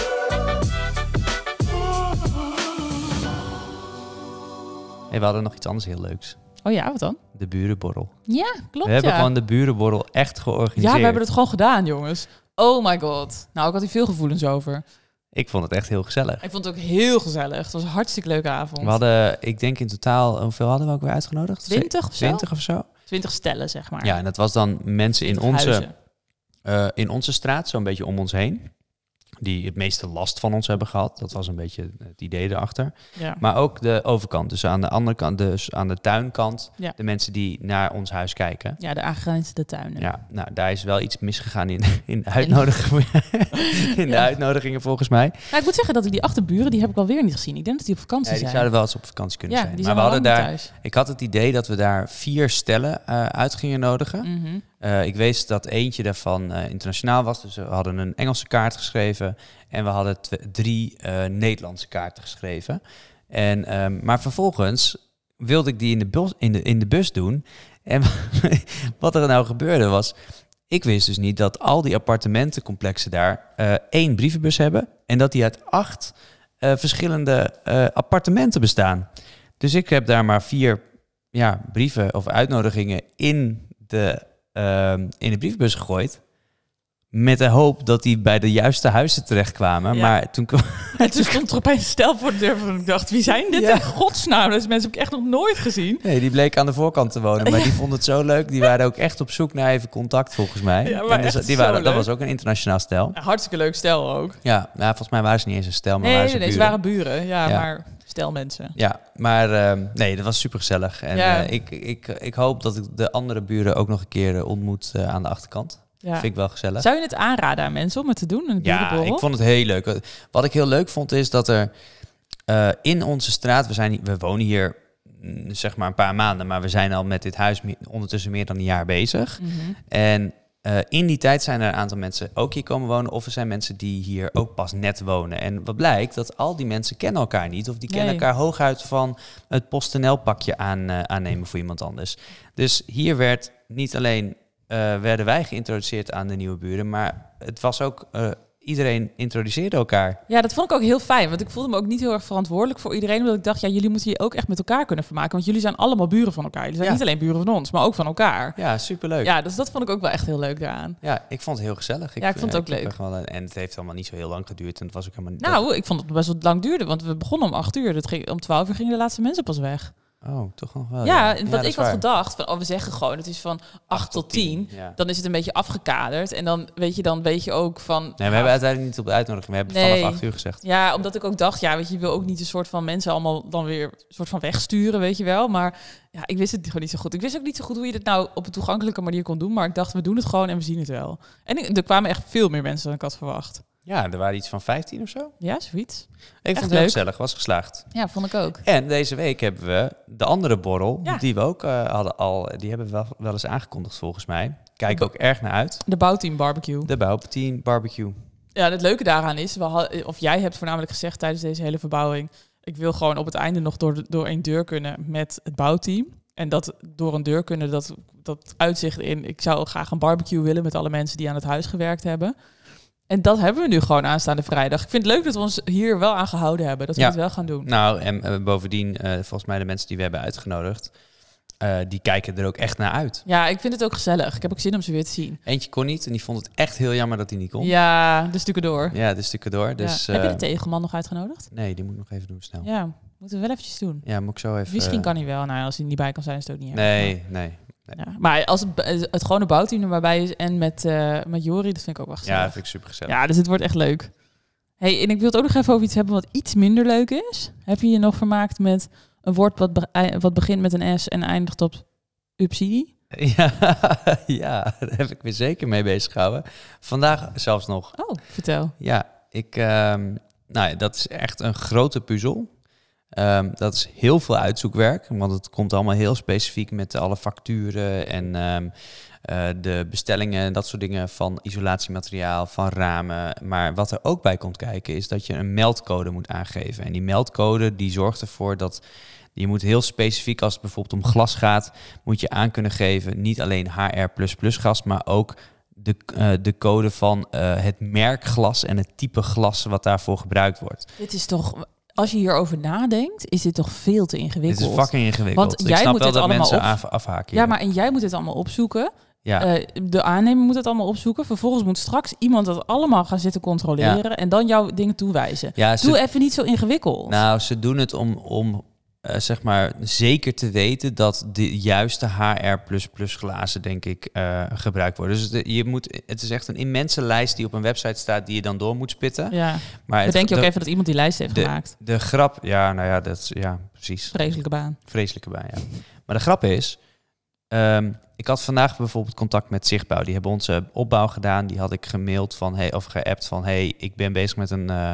Hey, we hadden nog iets anders heel leuks. Oh ja, wat dan? De burenborrel. Ja, klopt. We hebben ja. gewoon de burenborrel echt georganiseerd. Ja, we hebben het gewoon gedaan, jongens. Oh my god. Nou, ik had hier veel gevoelens over. Ik vond het echt heel gezellig. Ik vond het ook heel gezellig. Het was een hartstikke leuke avond. We hadden, ik denk in totaal, hoeveel hadden we ook weer uitgenodigd? Twintig of zo? Twintig of zo? Twintig stellen, zeg maar. Ja, en dat was dan mensen in onze, uh, in onze straat, zo'n beetje om ons heen. die het meeste last van ons hebben gehad. Dat was een beetje het idee erachter. Ja. Maar ook de overkant. Dus aan de andere kant, dus aan de tuinkant, Ja. de mensen die naar ons huis kijken. Ja, de aangrenzende tuinen. Ja, nou, daar is wel iets misgegaan in, in de uitnodigingen. in de Ja. uitnodigingen volgens mij. Nou, ik moet zeggen dat ik die achterburen, die heb ik alweer niet gezien. Ik denk dat die op vakantie Ja, die zijn. zouden wel eens op vakantie kunnen ja, zijn. die Maar zijn we hadden daar. thuis. Ik had het idee dat we daar vier stellen uh, uit gingen nodigen. Mm-hmm. Uh, ik wist dat eentje daarvan uh, internationaal was. Dus we hadden een Engelse kaart geschreven. En we hadden tw- drie uh, Nederlandse kaarten geschreven. En, um, maar vervolgens wilde ik die in de, bus, in, de, in de bus doen. En wat er nou gebeurde was... Ik wist dus niet dat al die appartementencomplexen daar uh, één brievenbus hebben. En dat die uit acht uh, verschillende uh, appartementen bestaan. Dus ik heb daar maar vier ja, brieven of uitnodigingen in de, uh, in de brievenbus gegooid. Met de hoop dat die bij de juiste huizen terechtkwamen. Ja. Maar toen kwam... En toen stond er opeens een stel voor de deur van ik dacht, wie zijn dit Ja. in godsnaam? Deze mensen heb ik echt nog nooit gezien. Nee, die bleek aan de voorkant te wonen. Maar die vonden het zo leuk. Die waren ook echt op zoek naar even contact, volgens mij. Ja, maar en dus, echt die zo waren, leuk. dat was ook een internationaal stel. Ja, hartstikke leuk stel ook. Ja, nou, volgens mij waren ze niet eens een stel, maar Nee, waren nee, ze nee, ze buren. waren buren. Ja, Ja. maar stel mensen. Ja, maar uh, nee, dat was super gezellig. En Ja. uh, ik, ik, ik hoop dat ik de andere buren ook nog een keer uh, ontmoet uh, aan de achterkant. Ja. Vind ik wel gezellig. Zou je het aanraden aan mensen om het te doen? Een Ja, burenborrel? ik vond het heel leuk. Wat ik heel leuk vond is dat er uh, in onze straat, we, zijn, we wonen hier mm, zeg maar een paar maanden, maar we zijn al met dit huis me- ondertussen meer dan een jaar bezig. Mm-hmm. En uh, in die tijd zijn er een aantal mensen ook hier komen wonen, of er zijn mensen die hier ook pas net wonen. En wat blijkt, dat al die mensen kennen elkaar niet, of die kennen Nee. elkaar hooguit van het PostNL-pakje aan, uh, aannemen voor iemand anders. Dus hier werd niet alleen uh, werden wij geïntroduceerd aan de nieuwe buren, maar het was ook uh, iedereen introduceerde elkaar. Ja, dat vond ik ook heel fijn. Want ik voelde me ook niet heel erg verantwoordelijk voor iedereen. Omdat ik dacht, ja, jullie moeten je ook echt met elkaar kunnen vermaken. Want jullie zijn allemaal buren van elkaar. Jullie zijn Ja. niet alleen buren van ons, maar ook van elkaar. Ja, superleuk. Ja, dus dat vond ik ook wel echt heel leuk daaraan. Ja, ik vond het heel gezellig. Ja, ik vond het ook heb leuk. echt wel een- en het heeft allemaal niet zo heel lang geduurd. En het was ook helemaal niet... Nou, ik vond het best wel lang duurde. Want we begonnen om acht uur. Dat ging, om twaalf uur gingen de laatste mensen pas weg. Oh, toch nog wel. ja, Ja, en Ja, wat dat ik is had waar. gedacht, van, oh, we zeggen gewoon, het is van acht tot tien. Ja. Dan is het een beetje afgekaderd. En dan weet je, dan weet je ook van... Nee, we hebben uiteindelijk niet op de uitnodiging. We hebben Nee. vanaf acht uur gezegd. Ja, omdat ik ook dacht, ja, weet je, je wil ook niet een soort van mensen allemaal dan weer een soort van wegsturen, weet je wel. Maar ja, ik wist het gewoon niet zo goed. Ik wist ook niet zo goed hoe je dit nou op een toegankelijke manier kon doen. Maar ik dacht, we doen het gewoon en we zien het wel. En ik- er kwamen echt veel meer mensen dan ik had verwacht. Ja, er waren iets van vijftien of zo. Ja, zoiets. Ik vond het leuk. heel gezellig. Was geslaagd. Ja, vond ik ook. En deze week hebben we de andere borrel, Ja. die we ook uh, hadden al, die hebben we wel, wel eens aangekondigd volgens mij. Kijk ook erg naar uit. De bouwteam barbecue. De Bouwpatien Barbecue. Ja, het leuke daaraan is, we hadden, of jij hebt voornamelijk gezegd tijdens deze hele verbouwing, ik wil gewoon op het einde nog door, de- door een deur kunnen met het bouwteam. En dat door een deur kunnen, dat, dat uitzicht in, ik zou graag een barbecue willen met alle mensen die aan het huis gewerkt hebben. En dat hebben we nu gewoon aanstaande vrijdag. Ik vind het leuk dat we ons hier wel aan gehouden hebben, dat we Ja. het wel gaan doen. Nou, en uh, bovendien, uh, volgens mij de mensen die we hebben uitgenodigd, uh, die kijken er ook echt naar uit. Ja, ik vind het ook gezellig. Ik heb ook zin om ze weer te zien. Eentje kon niet en die vond het echt heel jammer dat hij niet kon. Ja, de stukken door. Ja, de stukken door. Dus, Ja. Heb je uh, de tegelman nog uitgenodigd? Nee, die moet ik nog even doen snel. Ja, Ja, moeten we wel eventjes doen. moet ik zo even... Misschien kan hij wel. Nou, als hij niet bij kan zijn, is het ook niet erg. Nee, nee. Ja, maar als het, het gewone bouwteam er maar bij is en met, uh, met Jori, dat vind ik ook wel gezellig. Ja, dat vind ik super gezellig. Ja, dus het wordt echt leuk. Hey, en ik wil het ook nog even over iets hebben wat iets minder leuk is. Heb je je nog vermaakt met een woord wat, be- wat begint met een S en eindigt op upsidie? Ja, ja, daar heb ik me zeker mee bezig gehouden. Vandaag zelfs nog. Oh, vertel. Ja, ik, um, nou ja, dat is echt een grote puzzel. Um, dat is heel veel uitzoekwerk, want het komt allemaal heel specifiek met alle facturen en um, uh, de bestellingen en dat soort dingen van isolatiemateriaal, van ramen. Maar wat er ook bij komt kijken is dat je een meldcode moet aangeven. En die meldcode die zorgt ervoor dat je moet heel specifiek, als het bijvoorbeeld om glas gaat, moet je aan kunnen geven, niet alleen H R plus plus gas, maar ook de, uh, de code van uh, het merk glas en het type glas wat daarvoor gebruikt wordt. Dit is toch, als je hierover nadenkt, is dit toch veel te ingewikkeld. Het is fucking ingewikkeld. Want Ik jij snap moet wel dit dat allemaal mensen op- af, afhaken. Ja, hier. maar en jij moet dit allemaal opzoeken. Ja. Uh, de aannemer moet het allemaal opzoeken. Vervolgens moet straks iemand dat allemaal gaan zitten controleren. Ja. En dan jouw dingen toewijzen. Ja, ze, Doe even niet zo ingewikkeld. nou, ze doen het om, om uh, zeg maar zeker te weten dat de juiste H R plus plus glazen, denk ik, uh, gebruikt worden. Dus de, je moet, het is echt een immense lijst die op een website staat die je dan door moet spitten. Ja. Maar het, denk je ook de, even dat iemand die lijst heeft de, gemaakt. De grap, ja, nou ja, dat is, ja, precies. Vreselijke baan. Vreselijke baan, ja. Maar de grap is, um, ik had vandaag bijvoorbeeld contact met Zichtbouw. Die hebben onze opbouw gedaan. Die had ik gemaild van, hey, of geappt van, hey, ik ben bezig met een uh,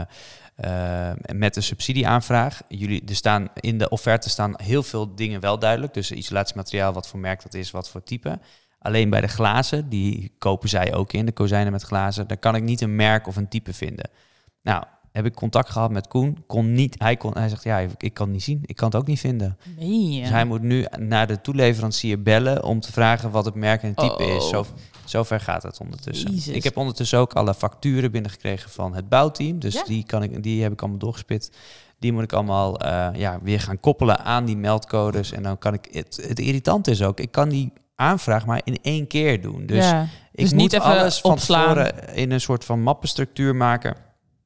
uh, met een subsidieaanvraag. Jullie, er staan in de offerte staan heel veel dingen wel duidelijk. Dus isolatiemateriaal, wat voor merk dat is, wat voor type. Alleen bij de glazen, die kopen zij ook in, de kozijnen met glazen. Daar kan ik niet een merk of een type vinden. Nou, heb ik contact gehad met Koen. Kon niet, hij, kon, hij zegt, ja, ik kan het niet zien. Ik kan het ook niet vinden. Nee. Dus hij moet nu naar de toeleverancier bellen om te vragen wat het merk en het type oh. is. Zo, zover gaat het ondertussen. Jezus. Ik heb ondertussen ook alle facturen binnengekregen van het bouwteam. Dus ja? die, kan ik, die heb ik allemaal doorgespit. Die moet ik allemaal uh, ja, weer gaan koppelen aan die meldcodes. En dan kan ik... Het, het irritant is ook, ik kan die aanvraag maar in één keer doen. Dus ja. ik dus moet niet even alles van opslaan. tevoren in een soort van mappenstructuur maken.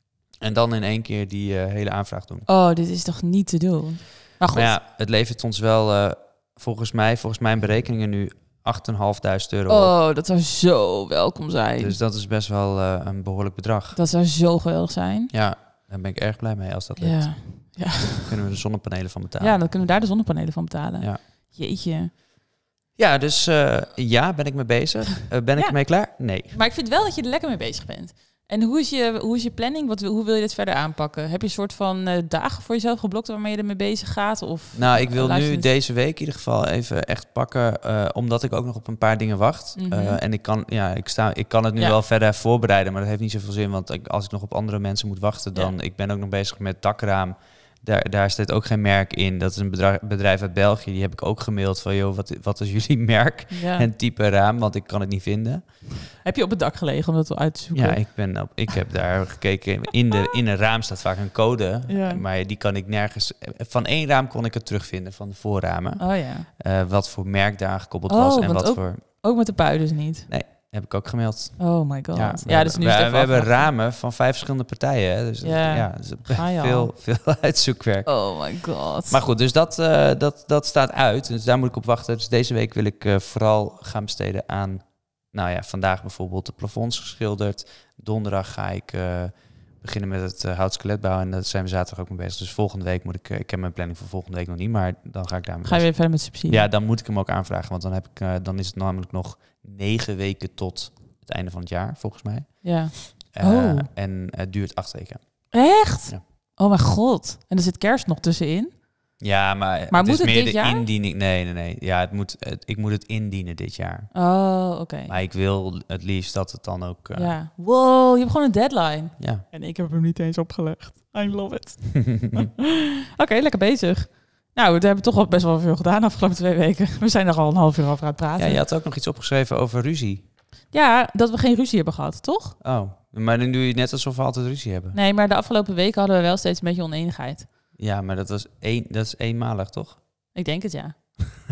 En dan in één keer die uh, hele aanvraag doen. Oh, dit is toch niet te doen? Maar goed. Maar ja, het levert ons wel uh, volgens mij, volgens mijn berekeningen nu achtduizend vijfhonderd euro Oh, dat zou zo welkom zijn. Dus dat is best wel uh, een behoorlijk bedrag. Dat zou zo geweldig zijn. Ja, daar ben ik erg blij mee als dat lukt. Ja. Ja. Dan kunnen we de zonnepanelen van betalen. Ja, dan kunnen we daar de zonnepanelen van betalen. Ja. Jeetje. Ja, dus uh, ja, ben ik mee bezig. Uh, ben ik ja. ermee klaar? Nee. Maar ik vind wel dat je er lekker mee bezig bent. En hoe is je, hoe is je planning? Wat, hoe wil je dit verder aanpakken? Heb je een soort van uh, dagen voor jezelf geblokt waarmee je ermee bezig gaat? Of, nou, ik wil uh, nu deze week in ieder geval even echt pakken, uh, omdat ik ook nog op een paar dingen wacht. Mm-hmm. Uh, en ik kan, ja, ik, sta, ik kan het nu ja. wel verder voorbereiden, maar dat heeft niet zoveel zin. Want ik, als ik nog op andere mensen moet wachten, dan... Ja. Ik ben ook nog bezig met dakraam. Daar, daar staat ook geen merk in. Dat is een bedrijf, bedrijf uit België. Die heb ik ook gemaild van, joh, wat, wat is jullie merk ja. en type raam? Want ik kan het niet vinden. Heb je op het dak gelegen om dat uit te zoeken? Ja, ik, ben op, ik heb daar gekeken. In, de, in een raam staat vaak een code. Ja. Maar die kan ik nergens... Van één raam kon ik het terugvinden, van de voorramen. Oh ja. Uh, wat voor merk daar gekoppeld oh, was. En wat ook, voor... ook met de pui dus niet? Nee. Heb ik ook gemaild. Oh my god. Ja, ja dus nu we, is het we hebben ramen van vijf verschillende partijen. Hè? Dus ja, ja dus veel, veel uitzoekwerk. Oh my god. Maar goed, dus dat, uh, dat, dat staat uit. Dus daar moet ik op wachten. Dus deze week wil ik uh, vooral gaan besteden aan... Nou ja, vandaag bijvoorbeeld de plafonds geschilderd. Donderdag ga ik uh, beginnen met het uh, houtskelet bouwen. En daar zijn we zaterdag ook mee bezig. Dus volgende week moet ik... Uh, ik heb mijn planning voor volgende week nog niet, maar dan ga ik daarmee Ga je weer verder met subsidie? Ja, dan moet ik hem ook aanvragen. Want dan, heb ik, uh, dan is het namelijk nog negen weken tot het einde van het jaar, volgens mij. Ja. Uh, oh. En het duurt acht weken. Echt? Ja. Oh mijn god. En er zit kerst nog tussenin? Ja, maar, maar het moet is het meer dit de jaar? indiening. Nee, nee, nee. Ja, het moet, het, ik moet het indienen dit jaar. Oh, oké. Okay. Maar ik wil het liefst dat het dan ook... Uh, ja. Wow, je hebt gewoon een deadline. Ja. En ik heb hem niet eens opgelegd. I love it. Oké, okay, lekker bezig. Nou, we hebben toch al best wel veel gedaan de afgelopen twee weken. We zijn er al een half uur over aan het praten. Ja, je had ook nog iets opgeschreven over ruzie. Ja, dat we geen ruzie hebben gehad, toch? Oh, maar dan doe je net alsof we altijd ruzie hebben. Nee, maar de afgelopen weken hadden we wel steeds een beetje oneenigheid. Ja, maar dat was één, dat is eenmalig, toch? Ik denk het, ja.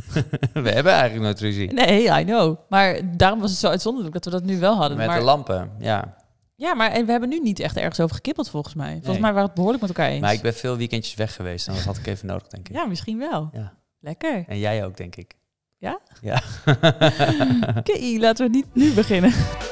We hebben eigenlijk nooit ruzie. Nee, I know. Maar daarom was het zo uitzonderlijk dat we dat nu wel hadden. Met maar... de lampen, ja. Ja, maar en we hebben nu niet echt ergens over gekibbeld, volgens mij. Volgens nee. mij waren we het behoorlijk met elkaar eens. Maar ik ben veel weekendjes weg geweest en dat had ik even nodig, denk ik. Ja, misschien wel. Ja. Lekker. En jij ook, denk ik. Ja? Ja. Oké, okay, laten we niet nu beginnen.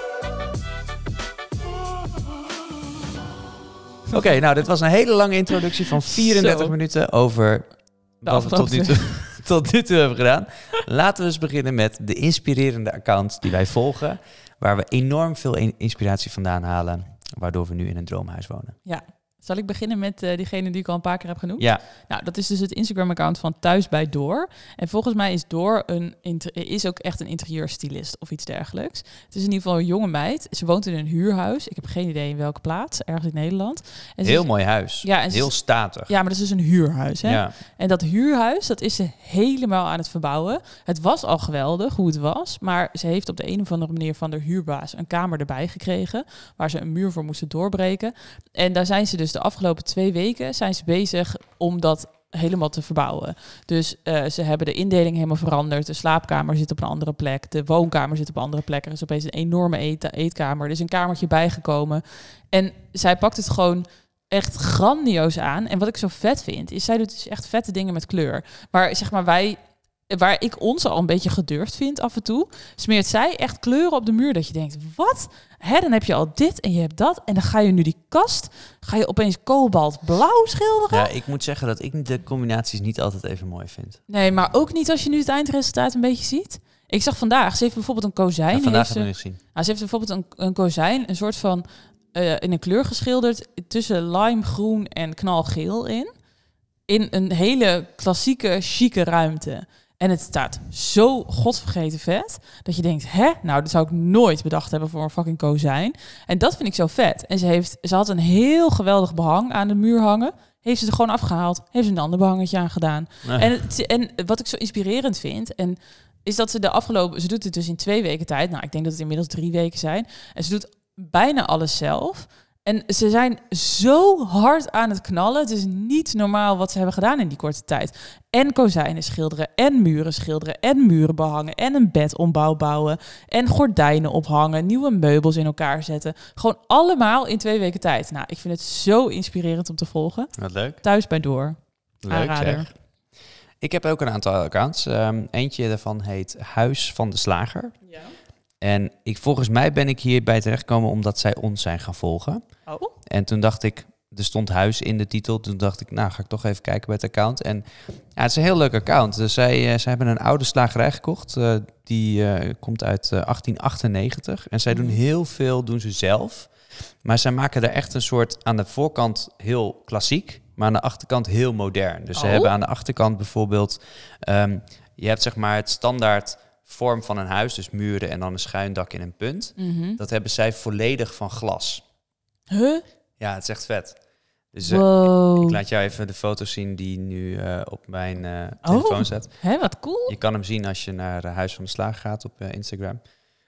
Oké, okay, nou, dit was een hele lange introductie van vierendertig Zo. minuten over wat we tot nu, toe, tot nu toe hebben gedaan. Laten we eens beginnen met de inspirerende account die wij volgen, waar we enorm veel inspiratie vandaan halen, waardoor we nu in een droomhuis wonen. Ja. Zal ik beginnen met uh, diegene die ik al een paar keer heb genoemd? Ja. Nou, dat is dus het Instagram-account van Thuis bij Door. En volgens mij is Door een inter- is ook echt een interieurstylist of iets dergelijks. Het is in ieder geval een jonge meid. Ze woont in een huurhuis. Ik heb geen idee in welke plaats, ergens in Nederland. En Heel is, mooi huis. Ja, en Heel statig. Ja, maar dat is dus een huurhuis. Hè? Ja. En dat huurhuis, dat is ze helemaal aan het verbouwen. Het was al geweldig hoe het was, maar ze heeft op de een of andere manier van de huurbaas een kamer erbij gekregen, waar ze een muur voor moesten doorbreken. En daar zijn ze dus de afgelopen twee weken zijn ze bezig om dat helemaal te verbouwen. Dus uh, ze hebben de indeling helemaal veranderd. De slaapkamer zit op een andere plek. De woonkamer zit op een andere plek. Er is opeens een enorme eet- eetkamer. Er is een kamertje bijgekomen. En zij pakt het gewoon echt grandioos aan. En wat ik zo vet vind, is zij doet dus echt vette dingen met kleur. Maar zeg maar wij, waar ik ons al een beetje gedurfd vind af en toe, smeert zij echt kleuren op de muur dat je denkt, wat? Hè, dan heb je al dit en je hebt dat. En dan ga je nu die kast, ga je opeens kobaltblauw schilderen. Ja, ik moet zeggen dat ik de combinaties niet altijd even mooi vind. Nee, maar ook niet als je nu het eindresultaat een beetje ziet. Ik zag vandaag, ze heeft bijvoorbeeld een kozijn. Ja, vandaag hebben we niet gezien. Nou, ze heeft bijvoorbeeld een, een kozijn, een soort van uh, in een kleur geschilderd tussen limegroen en knalgeel in. In een hele klassieke, chique ruimte. En het staat zo godvergeten vet, dat je denkt, hè, nou, dat zou ik nooit bedacht hebben voor een fucking kozijn. En dat vind ik zo vet. En ze, heeft, ze had een heel geweldig behang aan de muur hangen. Heeft ze er gewoon afgehaald. Heeft ze een ander behangetje aan gedaan. Nee. En, het, en wat ik zo inspirerend vind, en is dat ze de afgelopen... Ze doet het dus in twee weken tijd. Nou, ik denk dat het inmiddels drie weken zijn. En ze doet bijna alles zelf. En ze zijn zo hard aan het knallen. Het is niet normaal wat ze hebben gedaan in die korte tijd. En kozijnen schilderen, en muren schilderen, en muren behangen, en een bedombouw bouwen, en gordijnen ophangen, nieuwe meubels in elkaar zetten. Gewoon allemaal in twee weken tijd. Nou, ik vind het zo inspirerend om te volgen. Wat leuk. Thuis bij Door. Leuk, aanrader. Zeg. Ik heb ook een aantal accounts. Um, eentje daarvan heet Huis van de Slager. Ja. En ik, volgens mij ben ik hierbij terechtgekomen omdat zij ons zijn gaan volgen. Oh. En toen dacht ik, er stond huis in de titel. Toen dacht ik, nou ga ik toch even kijken bij het account. En ja, het is een heel leuk account. Dus zij, uh, zij hebben een oude slagerij gekocht. Uh, die uh, komt uit uh, achttien achtennegentig. En zij doen heel veel, doen ze zelf. Maar zij maken er echt een soort, aan de voorkant heel klassiek, maar aan de achterkant heel modern. Dus oh. ze hebben aan de achterkant bijvoorbeeld, um, je hebt zeg maar het standaard vorm van een huis, dus muren en dan een schuin dak in een punt. Mm-hmm. Dat hebben zij volledig van glas. Huh? Ja, het is echt vet. Dus wow. uh, ik laat jou even de foto's zien die nu uh, op mijn uh, telefoon oh. zet. Hé, wat cool. Je kan hem zien als je naar uh, Huis van de Slager gaat op uh, Instagram.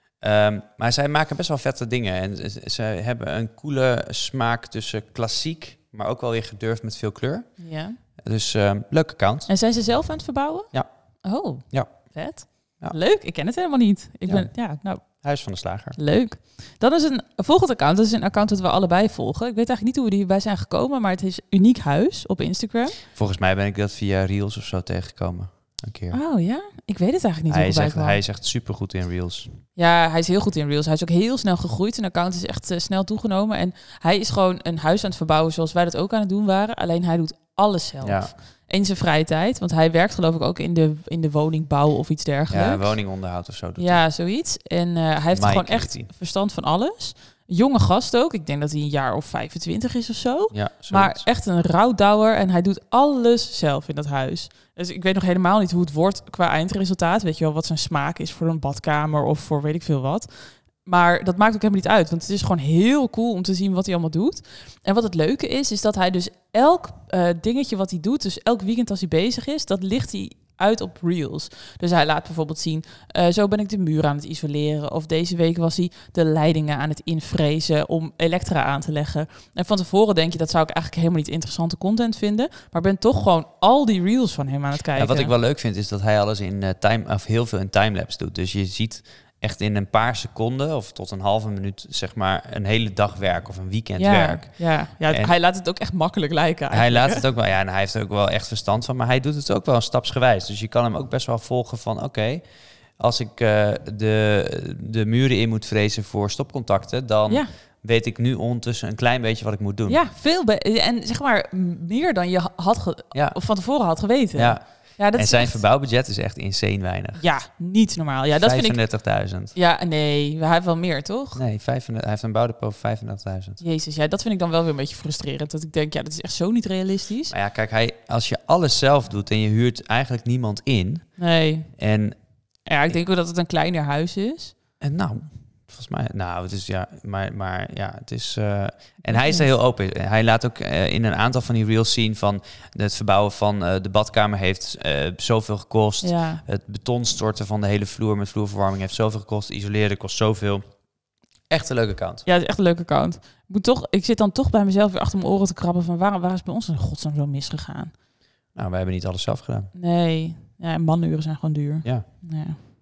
Um, maar zij maken best wel vette dingen. En ze, ze hebben een coole smaak tussen klassiek, maar ook wel weer gedurfd met veel kleur. Ja. Dus um, leuk account. En zijn ze zelf aan het verbouwen? Ja. Oh, ja. Vet. Ja. Leuk, ik ken het helemaal niet. Ik ja. ben, ja, nou... Huis van de Slager. Leuk. Dan is een volgend account. Dat is een account dat we allebei volgen. Ik weet eigenlijk niet hoe we hierbij zijn gekomen, maar het is Uniek Huis op Instagram. Volgens mij ben ik dat via Reels of zo tegengekomen. Een keer. Oh ja? Ik weet het eigenlijk niet. Hij, hoe is echt, kwam. hij is echt supergoed in Reels. Ja, hij is heel goed in Reels. Hij is ook heel snel gegroeid. Zijn account is echt uh, snel toegenomen. En hij is gewoon een huis aan het verbouwen zoals wij dat ook aan het doen waren. Alleen hij doet alles zelf. Ja. In zijn vrije tijd. Want hij werkt geloof ik ook in de, in de woningbouw of iets dergelijks. Ja, woningonderhoud of zo. Doet ja, hij. zoiets. En uh, hij heeft Mike gewoon echt hij. verstand van alles. Jonge gast ook. Ik denk dat hij een jaar of vijfentwintig is of zo. Ja, maar echt een rouwdouwer. En hij doet alles zelf in dat huis. Dus ik weet nog helemaal niet hoe het wordt qua eindresultaat. Weet je wel, wat zijn smaak is voor een badkamer of voor weet ik veel wat. Maar dat maakt ook helemaal niet uit. Want het is gewoon heel cool om te zien wat hij allemaal doet. En wat het leuke is, is dat hij dus elk uh, dingetje wat hij doet, dus elk weekend als hij bezig is, dat ligt hij uit op Reels. Dus hij laat bijvoorbeeld zien, uh, zo ben ik de muur aan het isoleren. Of deze week was hij de leidingen aan het invrezen om elektra aan te leggen. En van tevoren denk je, dat zou ik eigenlijk helemaal niet interessante content vinden. Maar ben toch gewoon al die Reels van hem aan het kijken. Ja, wat ik wel leuk vind, is dat hij alles in uh, time, of heel veel in timelapse doet. Dus je ziet echt in een paar seconden of tot een halve minuut, zeg maar, een hele dag werk of een weekend ja, werk. Ja, ja hij laat het ook echt makkelijk lijken. Hij laat het ook wel, ja, en hij heeft er ook wel echt verstand van, maar hij doet het ook wel stapsgewijs. Dus je kan hem ook best wel volgen van, oké, okay, als ik uh, de, de muren in moet vrezen voor stopcontacten, dan ja. weet ik nu ondertussen een klein beetje wat ik moet doen. Ja, veel be- en zeg maar meer dan je had ge- ja. of van tevoren had geweten. Ja. Ja, dat en zijn echt... verbouwbudget is echt insane weinig. Ja, niet normaal. Ja, dat vijfendertigduizend. Ja, nee, hij heeft wel meer, toch? Nee, vijfendertig, hij heeft een bouwdepot van vijfendertigduizend. Jezus, ja, dat vind ik dan wel weer een beetje frustrerend. Dat ik denk, ja, dat is echt zo niet realistisch. Maar ja, kijk, hij, als je alles zelf doet en je huurt eigenlijk niemand in. Nee. En ja, ik denk ook dat het een kleiner huis is. En nou, volgens mij, nou, het is ja, maar, maar ja, het is. Uh, en hij is er heel open. Hij laat ook uh, in een aantal van die reels zien van het verbouwen van uh, de badkamer heeft uh, zoveel gekost. Ja. Het betonstorten van de hele vloer met vloerverwarming heeft zoveel gekost. Isoleren kost zoveel. Echt een leuke account. Ja, het is echt een leuke account. Ik moet toch, ik zit dan toch bij mezelf weer achter mijn oren te krabben van waar, waar is bij ons in godsnaam zo misgegaan? Nou, wij hebben niet alles zelf gedaan. Nee, ja, manuren zijn gewoon duur. Ja. Ja.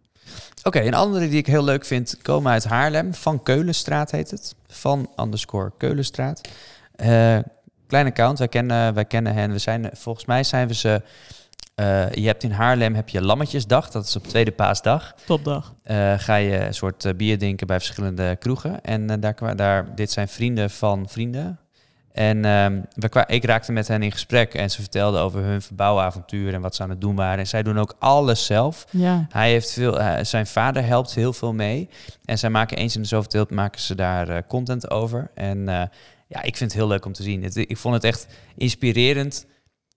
Oké, okay, een andere die ik heel leuk vind, komen uit Haarlem. Van Keulenstraat heet het. Van underscore Keulenstraat. Uh, Klein account, wij kennen, wij kennen hen. We zijn, volgens mij zijn we ze... Uh, je hebt in Haarlem heb je Lammetjesdag, dat is op tweede paasdag. Topdag. Uh, ga je een soort uh, bier drinken bij verschillende kroegen. En uh, daar, daar, dit zijn vrienden van vrienden. En um, we kwa- ik raakte met hen in gesprek en ze vertelden over hun verbouwavontuur en wat ze aan het doen waren. En zij doen ook alles zelf. Ja. Hij heeft veel, uh, zijn vader helpt heel veel mee. En zij maken eens in de zoveel tijd maken ze daar uh, content over. En uh, ja, ik vind het heel leuk om te zien. Het, ik vond het echt inspirerend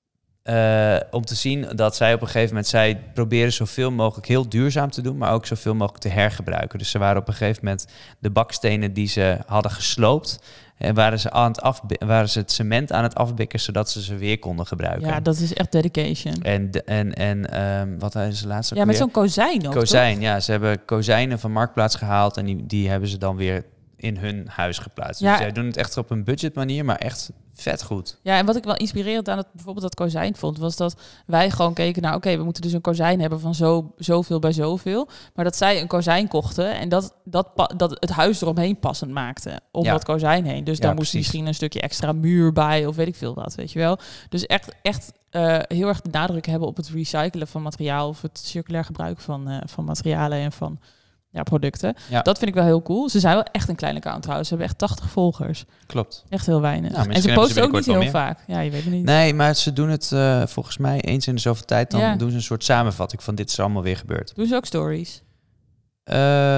uh, om te zien dat zij op een gegeven moment, zij proberen zoveel mogelijk heel duurzaam te doen, maar ook zoveel mogelijk te hergebruiken. Dus ze waren op een gegeven moment de bakstenen die ze hadden gesloopt, en waren ze, aan het afbi- waren ze het cement aan het afbikken, zodat ze ze weer konden gebruiken. Ja, dat is echt dedication. En, de, en, en um, wat is de laatste? Ja, met zo'n kozijn ook, Kozijn, toch? ja. Ze hebben kozijnen van Marktplaats gehaald en die, die hebben ze dan weer in hun huis geplaatst. Ja. Dus zij doen het echt op een budget manier, maar echt vet goed. Ja, en wat ik wel inspirerend aan het, bijvoorbeeld dat kozijn vond, was dat wij gewoon keken naar, oké, okay, we moeten dus een kozijn hebben van zo, zoveel bij zoveel. Maar dat zij een kozijn kochten en dat, dat, pa- dat het huis eromheen passend maakte, om Ja. dat kozijn heen. Dus Ja, daar moest precies. misschien een stukje extra muur bij of weet ik veel wat, weet je wel. Dus echt, echt uh, heel erg de nadruk hebben op het recyclen van materiaal of het circulair gebruik van, uh, van materialen en van ja, producten. Ja. Dat vind ik wel heel cool. Ze zijn wel echt een klein account trouwens. Ze hebben echt tachtig volgers. Klopt. Echt heel weinig. Nou, en ze misschien hebben posten ze ook niet binnenkort heel wel vaak. Ja, je weet het niet. Nee, maar ze doen het uh, volgens mij eens in de zoveel tijd. Dan Ja. doen ze een soort samenvatting van dit is allemaal weer gebeurd. Doen ze ook stories? Uh,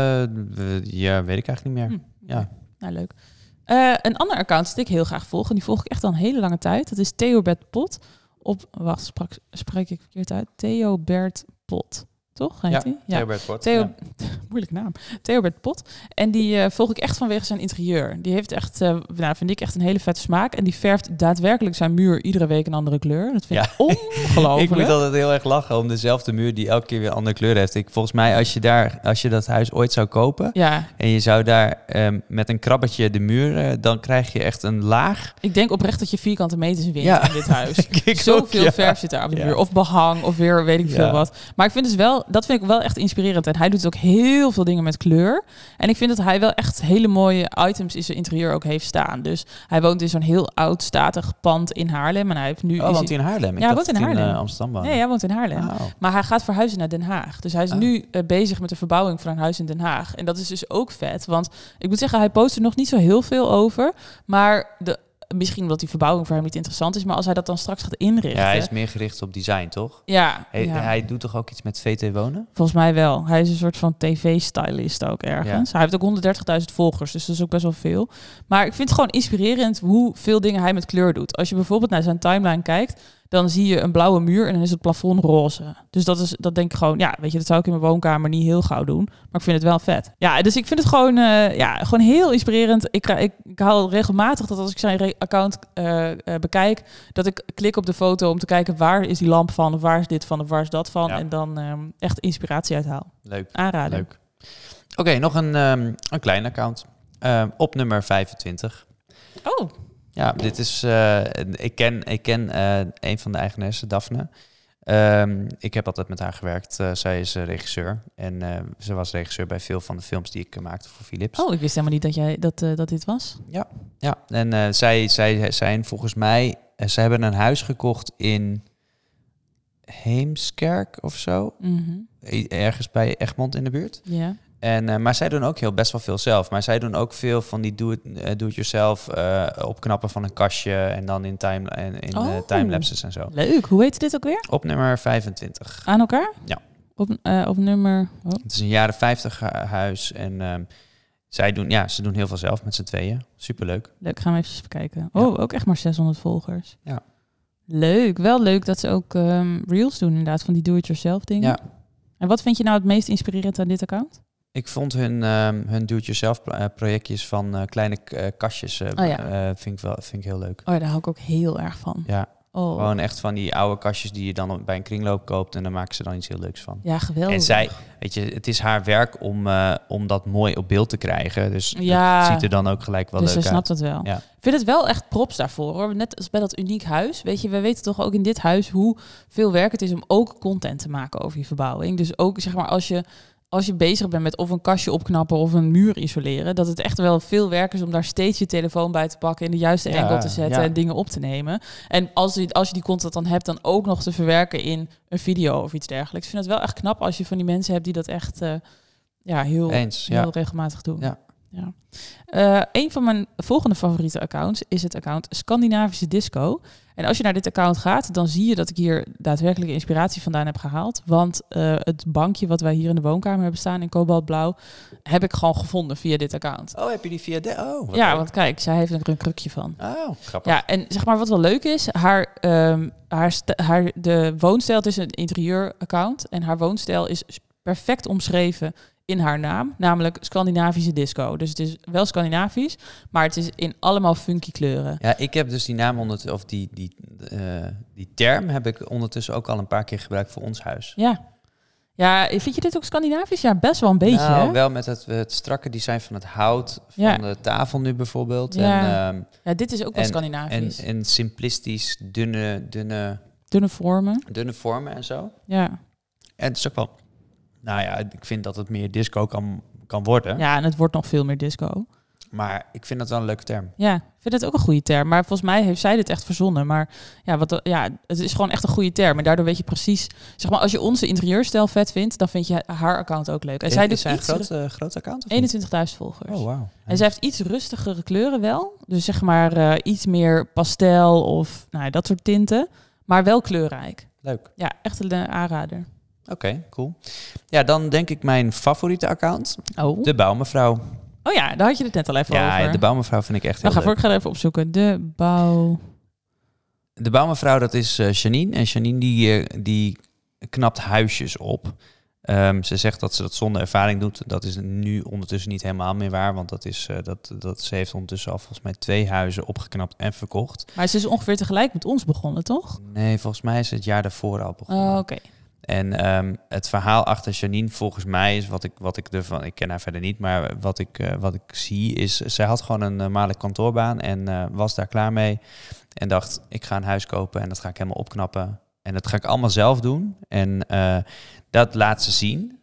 we- ja, weet ik eigenlijk niet meer. Hm. Ja. Nou, leuk. Uh, een ander account dat ik heel graag volg, en die volg ik echt al een hele lange tijd. Dat is Theobert Pot. Op, wacht, sprak, spreek ik verkeerd uit? Theobert Pot. Toch? Heet Ja, die? Theobert Pot. Theo, Ja. moeilijke naam. Theobert Pot. En die uh, volg ik echt vanwege zijn interieur. Die heeft echt, uh, nou, vind ik echt een hele vette smaak. En die verft daadwerkelijk zijn muur iedere week een andere kleur. Dat vind Ja. ik ongelooflijk. Ik moet altijd heel erg lachen om dezelfde muur die elke keer weer een andere kleur heeft. Ik, volgens mij, als je, daar, als je dat huis ooit zou kopen Ja, en je zou daar um, met een krabbetje de muur, uh, dan krijg je echt een laag. ik denk oprecht dat je vierkante meters wint Ja. in dit huis. Ik Zoveel ook, ja. verf zit daar op de Ja. muur. Of behang, of weer weet ik veel Ja. wat. Maar ik vind dus wel, dat vind ik wel echt inspirerend. En hij doet ook heel veel dingen met kleur. En ik vind dat hij wel echt hele mooie items in zijn interieur ook heeft staan. Dus hij woont in zo'n heel oud, statig pand in Haarlem. En hij heeft nu... Oh, is want hij... in Haarlem. Ik Ja, dacht woont in dat hij Haarlem. uh, Amsterdam woonde. Nee, hij woont in Haarlem. Oh. Maar hij gaat verhuizen naar Den Haag. Dus hij is Oh. nu uh, bezig met de verbouwing van een huis in Den Haag. En dat is dus ook vet. Want ik moet zeggen, hij post er nog niet zo heel veel over. Maar de, misschien omdat die verbouwing voor hem niet interessant is. Maar als hij dat dan straks gaat inrichten... Ja, hij is meer gericht op design, toch? Ja, Hij, ja. hij doet toch ook iets met V T Wonen? Volgens mij wel. Hij is een soort van tv-stylist ook ergens. Ja. Hij heeft ook honderddertigduizend volgers, dus dat is ook best wel veel. Maar ik vind het gewoon inspirerend hoeveel dingen hij met kleur doet. Als je bijvoorbeeld naar zijn timeline kijkt, dan zie je een blauwe muur en dan is het plafond roze. Dus dat is, dat denk ik gewoon, ja, weet je, dat zou ik in mijn woonkamer niet heel gauw doen. Maar ik vind het wel vet. Ja, dus ik vind het gewoon, uh, ja, gewoon heel inspirerend. Ik, ik, ik haal regelmatig dat als ik zijn re- account uh, uh, bekijk, dat ik klik op de foto om te kijken waar is die lamp van, of waar is dit van, of waar is dat van. Ja. En dan um, echt inspiratie uithaal. Leuk. Aanraden. Leuk. Oké, okay, nog een, um, een klein account. Um, op nummer vijfentwintig. Oh. Ja, dit is... Uh, ik ken, ik ken uh, een van de eigenaressen, Daphne. Um, ik heb altijd met haar gewerkt. Uh, zij is uh, regisseur. En uh, ze was regisseur bij veel van de films die ik uh, maakte voor Philips. Oh, ik wist helemaal niet dat, jij, dat, uh, dat dit was. Ja, ja. En uh, zij, zij zijn volgens mij... Uh, ze hebben een huis gekocht in Heemskerk of zo. Mm-hmm. Ergens bij Egmond in de buurt. Ja. En, uh, maar zij doen ook heel best wel veel zelf. Maar zij doen ook veel van die do-it-yourself uh, uh, opknappen van een kastje en dan in, time, in, in oh. uh, timelapses en zo. Leuk. Hoe heet dit ook weer? Op nummer vijfentwintig. Aan elkaar? Ja. Op, uh, op nummer... Oh. Het is een jaren vijftig huis en um, zij doen, ja, ze doen heel veel zelf met z'n tweeën. Superleuk. Leuk, gaan we even bekijken. Oh, ja. Ook echt maar zeshonderd volgers. Ja. Leuk. Wel leuk dat ze ook um, reels doen inderdaad, van die do-it-yourself dingen. Ja. En wat vind je nou het meest inspirerend aan dit account? Ik vond hun, um, hun do-it-yourself projectjes van uh, kleine uh, kastjes uh, oh, ja. uh, vind ik wel vind ik heel leuk. Oh ja, daar hou ik ook heel erg van. Ja. Oh. Gewoon echt van die oude kastjes die je dan bij een kringloop koopt en dan maken ze dan iets heel leuks van. Ja, geweldig. En zij, weet je, het is haar werk om, uh, om dat mooi op beeld te krijgen. Dus ja. het ziet er dan ook gelijk wel dus leuk uit. Dus ze snapt het wel. Ja. Ik vind het wel echt props daarvoor, hoor. Net als bij dat uniek huis. Weet je, we weten toch ook in dit huis hoe veel werk het is om ook content te maken over je verbouwing. Dus ook, zeg maar, als je als je bezig bent met of een kastje opknappen of een muur isoleren, dat het echt wel veel werk is om daar steeds je telefoon bij te pakken, in de juiste Ja, angle te zetten ja. en dingen op te nemen. En als je, als je die content dan hebt, dan ook nog te verwerken in een video of iets dergelijks. Ik vind het wel echt knap als je van die mensen hebt die dat echt uh, ja, heel, Eens, heel ja. regelmatig doen. Ja. Ja. Uh, een van mijn volgende favoriete accounts is het account Scandinavische Disco. En als je naar dit account gaat, dan zie je dat ik hier daadwerkelijk inspiratie vandaan heb gehaald. Want uh, het bankje wat wij hier in de woonkamer hebben staan in kobaltblauw, heb ik gewoon gevonden via dit account. Oh, heb je die via de... Oh, wat ja, leuk. want kijk, zij heeft er een krukje van. Oh, grappig. Ja, en zeg maar wat wel leuk is, haar, um, haar, st- haar de woonstijl, het is een interieuraccount en haar woonstijl is perfect omschreven in haar naam, namelijk Scandinavische Disco. Dus het is wel Scandinavisch, maar het is in allemaal funky kleuren. Ja, ik heb dus die naam ondertussen, of die, die, uh, die term heb ik ondertussen ook al een paar keer gebruikt voor ons huis. Ja. Ja, vind je dit ook Scandinavisch? Ja, best wel een beetje, nou, hè? wel met het, het strakke design van het hout, van ja. de tafel nu bijvoorbeeld. Ja, en, um, ja dit is ook wel en, Scandinavisch. En, en simplistisch, dunne, dunne, dunne vormen. Dunne vormen en zo. Ja. En het is ook wel... Nou ja, ik vind dat het meer disco kan, kan worden. Ja, en het wordt nog veel meer disco. Maar ik vind dat wel een leuke term. Ja, ik vind het ook een goede term. Maar volgens mij heeft zij dit echt verzonnen. Maar ja, wat, ja, het is gewoon echt een goede term. En daardoor weet je precies... Zeg maar, als je onze interieurstijl vet vindt, dan vind je haar account ook leuk. En is, zij is doet zij een iets groot, uh, groot account? eenentwintigduizend volgers. Oh, wow. En zij heeft iets rustigere kleuren wel. Dus zeg maar uh, iets meer pastel of nou, dat soort tinten. Maar wel kleurrijk. Leuk. Ja, echt een uh, aanrader. Oké, okay, cool. Ja, dan denk ik mijn favoriete account. Oh. De Bouwmevrouw. Oh ja, daar had je het net al even ja, over. Ja, de Bouwmevrouw vind ik echt heel Wacht, leuk. Ik ga er even opzoeken. De bouw... De Bouwmevrouw, dat is uh, Janine. En Janine die, uh, die knapt huisjes op. Um, ze zegt dat ze dat zonder ervaring doet. Dat is nu ondertussen niet helemaal meer waar. Want dat is, uh, dat, dat, ze heeft ondertussen al volgens mij twee huizen opgeknapt en verkocht. Maar ze is ongeveer tegelijk met ons begonnen, toch? Nee, volgens mij is het jaar daarvoor al begonnen. Oh, oké. Okay. En um, het verhaal achter Janine volgens mij is wat ik, wat ik ervan... Ik ken haar verder niet, maar wat ik, uh, wat ik zie is... Zij had gewoon een normale kantoorbaan en uh, was daar klaar mee. En dacht, ik ga een huis kopen en dat ga ik helemaal opknappen. En dat ga ik allemaal zelf doen. En uh, dat laat ze zien.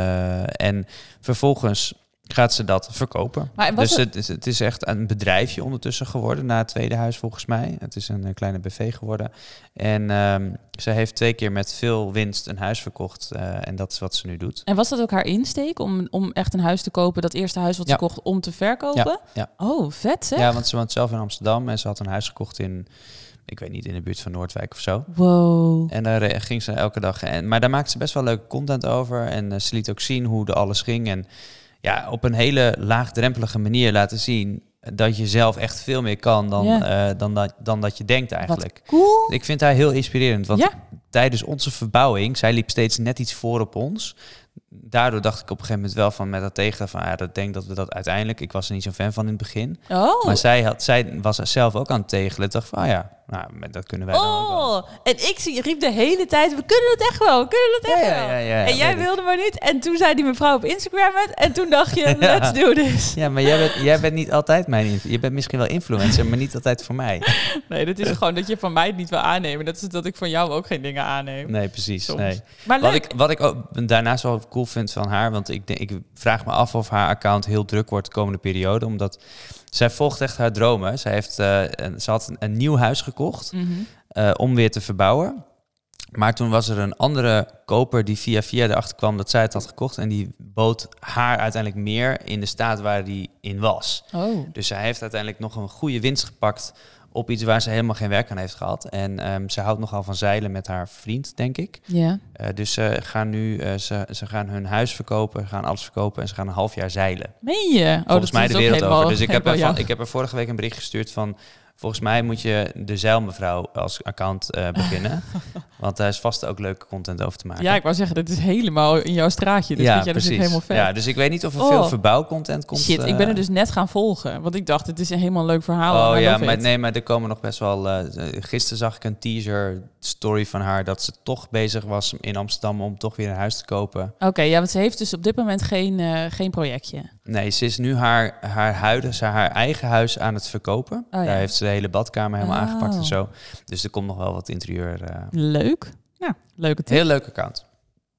Uh, en vervolgens gaat ze dat verkopen. Dus het is, het is echt een bedrijfje ondertussen geworden na het tweede huis volgens mij. Het is een kleine B V geworden. En um, ze heeft twee keer met veel winst een huis verkocht. Uh, en dat is wat ze nu doet. En was dat ook haar insteek om, om echt een huis te kopen, dat eerste huis wat ja. ze kocht, om te verkopen? Ja, ja. Oh, vet zeg. Ja, want ze woont zelf in Amsterdam en ze had een huis gekocht in... Ik weet niet, in de buurt van Noordwijk of zo. Wow. En daar ging ze elke dag... En, maar daar maakte ze best wel leuke content over. En uh, ze liet ook zien hoe de alles ging. En ja, op een hele laagdrempelige manier laten zien... dat je zelf echt veel meer kan dan, yeah. uh, dan, dat, dan dat je denkt eigenlijk. Wat cool. Ik vind haar heel inspirerend. Want ja. tijdens onze verbouwing... zij liep steeds net iets voor op ons... Daardoor dacht ik op een gegeven moment wel van met dat tegen van ja, dat denk dat we dat uiteindelijk. Ik was er niet zo'n fan van in het begin. Oh. Maar zij had, zij was zelf ook aan het tegelen. Ik dacht van ah ja, nou, dat kunnen wij oh. dan ook wel. En ik zie, riep de hele tijd, we kunnen het echt wel, we kunnen het echt ja, wel. Ja, ja, ja, en jij wilde maar niet. En toen zei die mevrouw op Instagram het. En toen dacht je, let's ja. do this. Ja, maar jij bent, jij bent niet altijd mijn... Je bent misschien wel influencer, maar niet altijd voor mij. Nee, dat is gewoon dat je van mij het niet wil aannemen. Dat is dat ik van jou ook geen dingen aanneem. Nee, precies. Nee. Maar wat, ik, wat ik ook daarnaast wel cool vind van haar... want ik, ik vraag me af of haar account heel druk wordt de komende periode... omdat zij volgt echt haar dromen. Zij heeft, uh, een, ze had een, een nieuw huis gekocht... Mm-hmm. Uh, om weer te verbouwen. Maar toen was er een andere koper die via via erachter kwam dat zij het had gekocht. En die bood haar uiteindelijk meer in de staat waar die in was. Oh. Dus zij heeft uiteindelijk nog een goede winst gepakt op iets waar ze helemaal geen werk aan heeft gehad. En um, ze houdt nogal van zeilen met haar vriend, denk ik. Ja. Uh, dus ze gaan nu, uh, ze, ze gaan hun huis verkopen, gaan alles verkopen en ze gaan een half jaar zeilen. Meen je? Oh, Volgens dat mij is de wereld helemaal, over. Dus ik heb, er ja. van, ik heb er vorige week een bericht gestuurd van... Volgens mij moet je de Zeilmevrouw als account uh, beginnen. Want daar is vast ook leuke content over te maken. Ja, ik wou zeggen, dit is helemaal in jouw straatje. Dus ja, vind jij precies. Dus helemaal vet. Ja, dus ik weet niet of er oh. veel verbouwcontent komt. Shit, uh... ik ben er dus net gaan volgen. Want ik dacht, het is een helemaal leuk verhaal. Oh ja, maar nee, maar er komen nog best wel... Uh, gisteren zag ik een teaser story van haar... dat ze toch bezig was in Amsterdam om toch weer een huis te kopen. Oké, okay, ja, want ze heeft dus op dit moment geen, uh, geen projectje. Nee, ze is nu haar, haar huidige, haar eigen huis aan het verkopen. Oh, ja. Daar heeft ze de hele badkamer helemaal oh. aangepakt en zo. Dus er komt nog wel wat interieur. Uh... Leuk. Ja, leuke tip. Heel leuk account.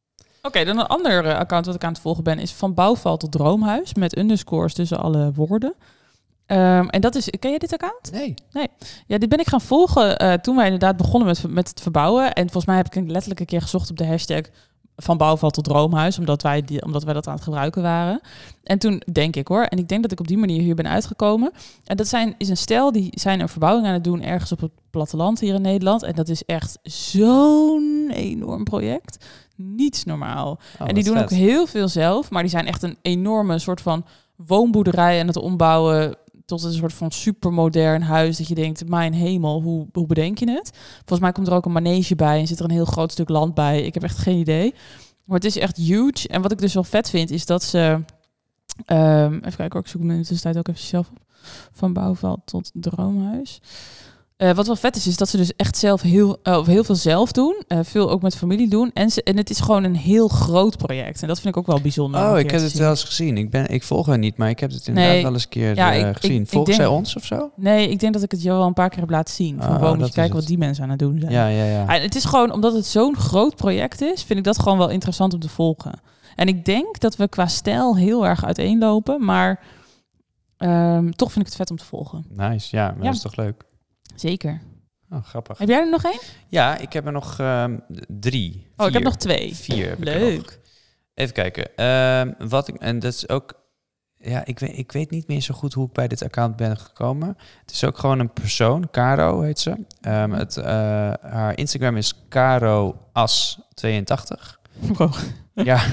okay, dan een ander uh, account wat ik aan het volgen ben... is van bouwval tot droomhuis... met underscores tussen alle woorden. Um, en dat is... Ken je dit account? Nee. Nee. Ja, dit ben ik gaan volgen uh, toen wij inderdaad begonnen met, met het verbouwen. En volgens mij heb ik letterlijk een keer gezocht op de hashtag... van bouwval tot droomhuis, omdat wij, die, omdat wij dat aan het gebruiken waren. En toen denk ik hoor, en ik denk dat ik op die manier hier ben uitgekomen. En dat zijn, is een stel, die zijn een verbouwing aan het doen ergens op het platteland hier in Nederland. En dat is echt zo'n enorm project. Niets normaal. Oh, en die doen vet. ook heel veel zelf, maar die zijn echt een enorme soort van woonboerderij aan het ombouwen tot een soort van supermodern huis dat je denkt, mijn hemel, hoe, hoe bedenk je het? Volgens mij komt er ook een manege bij en zit er een heel groot stuk land bij. Ik heb echt geen idee. Maar het is echt huge. En wat ik dus wel vet vind, is dat ze... Um, even kijken hoor, ik zoek hem in de tussentijd ook even zelf op. Van bouwval tot droomhuis. Uh, wat wel vet is, is dat ze dus echt zelf heel, uh, heel veel zelf doen. Uh, veel ook met familie doen. En, ze, en het is gewoon een heel groot project. En dat vind ik ook wel bijzonder. Oh, ik heb het wel eens gezien. Ik, ben, ik volg haar niet, maar ik heb het inderdaad nee, wel eens een keer ja, uh, ik, gezien. Ik, Volgen ik denk, zij ons of zo? Nee, ik denk dat ik het jou al een paar keer heb laten zien. Van, Oh, wow, moet je kijken het. wat die mensen aan het doen zijn. Ja, ja, ja. En het is gewoon, omdat het zo'n groot project is, vind ik dat gewoon wel interessant om te volgen. En ik denk dat we qua stijl heel erg uiteenlopen, maar um, toch vind ik het vet om te volgen. Nice, ja, maar ja. dat is toch leuk? Zeker. Oh, grappig. Heb jij er nog één? Ja, ik heb er nog um, drie. Oh, vier. ik heb nog twee. Vier heb Leuk. ik er nog. Even kijken. Um, wat ik, en dat is ook... Ja, ik weet, ik weet niet meer zo goed hoe ik bij dit account ben gekomen. Het is ook gewoon een persoon. Caro heet ze. Um, het, uh, haar Instagram is Caro As tweeëntachtig. Wow. Ja.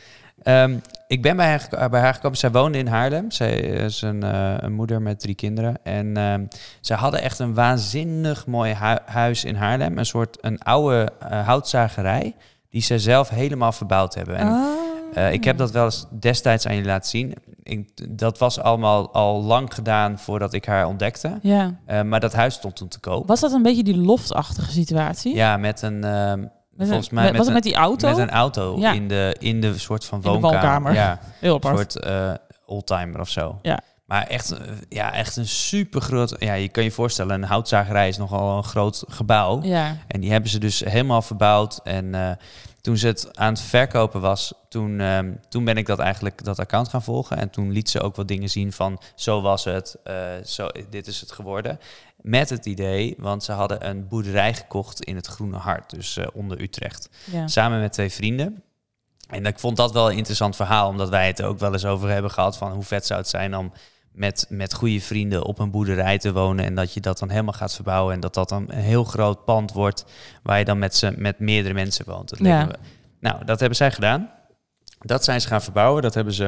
Um, ik ben bij haar, bij haar gekomen. Zij woonde in Haarlem. Zij is een, uh, een moeder met drie kinderen. En um, zij hadden echt een waanzinnig mooi hu- huis in Haarlem. Een soort een oude uh, houtzagerij die zij zelf helemaal verbouwd hebben. En, oh. uh, ik heb dat wel eens destijds aan jullie laten zien. Ik, dat was allemaal al lang gedaan voordat ik haar ontdekte. Ja. Uh, maar dat huis stond toen te koop. Was dat een beetje die loftachtige situatie? Ja, met een... Um, Met Volgens een, mij met, met was het een, met die auto? Met een auto ja. in, de, in de soort van in de woonkamer. woonkamer. Ja, heel een apart. soort uh, oldtimer of zo. Ja. Maar echt, uh, ja, echt een super groot... Ja, je kan je voorstellen, een houtzagerij is nogal een groot gebouw. Ja. En die hebben ze dus helemaal verbouwd. En uh, toen ze het aan het verkopen was, toen, um, toen ben ik dat eigenlijk dat account gaan volgen. En toen liet ze ook wat dingen zien van, zo was het, uh, zo, dit is het geworden. Met het idee, want ze hadden een boerderij gekocht in het Groene Hart, dus uh, onder Utrecht. Ja. Samen met twee vrienden. En ik vond dat wel een interessant verhaal, omdat wij het ook wel eens over hebben gehad van hoe vet zou het zijn om met, met goede vrienden op een boerderij te wonen en dat je dat dan helemaal gaat verbouwen en dat dat dan een heel groot pand wordt waar je dan met, z'n, met meerdere mensen woont. Dat ja. we. Nou, dat hebben zij gedaan. Dat zijn ze gaan verbouwen. Dat hebben ze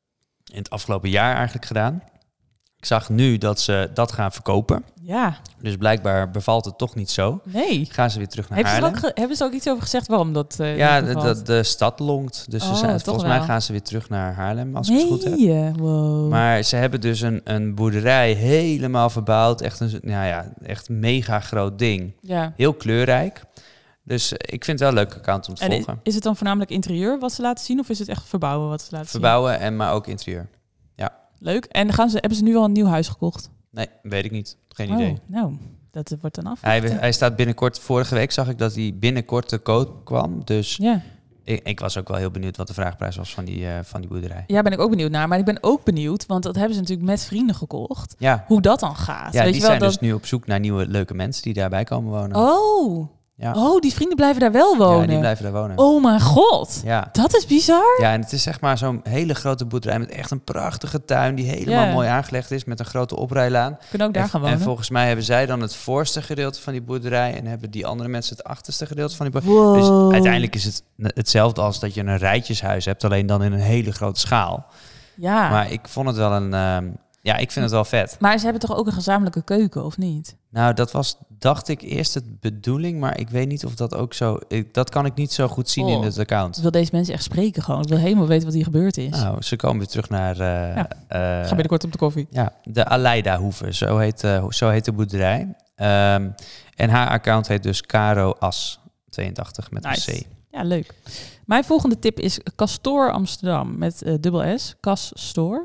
in het afgelopen jaar eigenlijk gedaan. Ik zag nu dat ze dat gaan verkopen. Ja. Dus blijkbaar bevalt het toch niet zo. Nee. Gaan ze weer terug naar hebben Haarlem. Ze ook ge- hebben ze ook iets over gezegd waarom dat uh, Ja, de, de, de stad longt. Dus oh, ze zijn, volgens mij wel. gaan ze weer terug naar Haarlem, als nee. ik het goed heb. Wow. Maar ze hebben dus een, een boerderij helemaal verbouwd. Echt een nou ja, echt mega groot ding. Ja. Heel kleurrijk. Dus ik vind het wel een leuk account om te en volgen. Is het dan voornamelijk interieur wat ze laten zien? Of is het echt verbouwen wat ze laten Verbouwen zien? en maar ook interieur. Ja. Leuk. En gaan ze, hebben ze nu al een nieuw huis gekocht? Nee, weet ik niet. Geen oh, idee. Nou, dat wordt dan af. Hij, hij staat binnenkort, vorige week zag ik dat hij binnenkort te koop kwam. Dus ja. ik, ik was ook wel heel benieuwd wat de vraagprijs was van die, uh, van die boerderij. Ja, ben ik ook benieuwd naar. Maar ik ben ook benieuwd, want dat hebben ze natuurlijk met vrienden gekocht. Ja. Hoe dat dan gaat. Ja, Weet die je wel, zijn dat... dus nu op zoek naar nieuwe leuke mensen die daarbij komen wonen. Oh. Ja. Oh, die vrienden blijven daar wel wonen? Ja, die blijven daar wonen. Oh mijn god. Ja. Dat is bizar. Ja, en het is zeg maar zo'n hele grote boerderij met echt een prachtige tuin die helemaal ja. mooi aangelegd is met een grote oprijlaan. Kunnen ook daar en, gaan wonen. En volgens mij hebben zij dan het voorste gedeelte van die boerderij en hebben die andere mensen het achterste gedeelte van die boerderij. Wow. Dus uiteindelijk is het hetzelfde als dat je een rijtjeshuis hebt, alleen dan in een hele grote schaal. Ja. Maar ik vond het wel een... Um, ja, ik vind het wel vet. Maar ze hebben toch ook een gezamenlijke keuken, of niet? Nou, dat was, dacht ik, eerst de bedoeling, maar ik weet niet of dat ook zo... Ik, dat kan ik niet zo goed zien oh. in het account. Ik wil deze mensen echt spreken gewoon. Ik wil helemaal weten wat hier gebeurd is. Nou, ze komen weer terug naar... Uh, ja. uh, Ga binnenkort op de koffie. Ja, de Aleida-hoeve, zo heet, uh, zo heet de boerderij. Um, en haar account heet dus Caro As tweeëntachtig met nice. Een C. Ja, leuk. Mijn volgende tip is Castor Amsterdam met uh, dubbel S, Cas Store.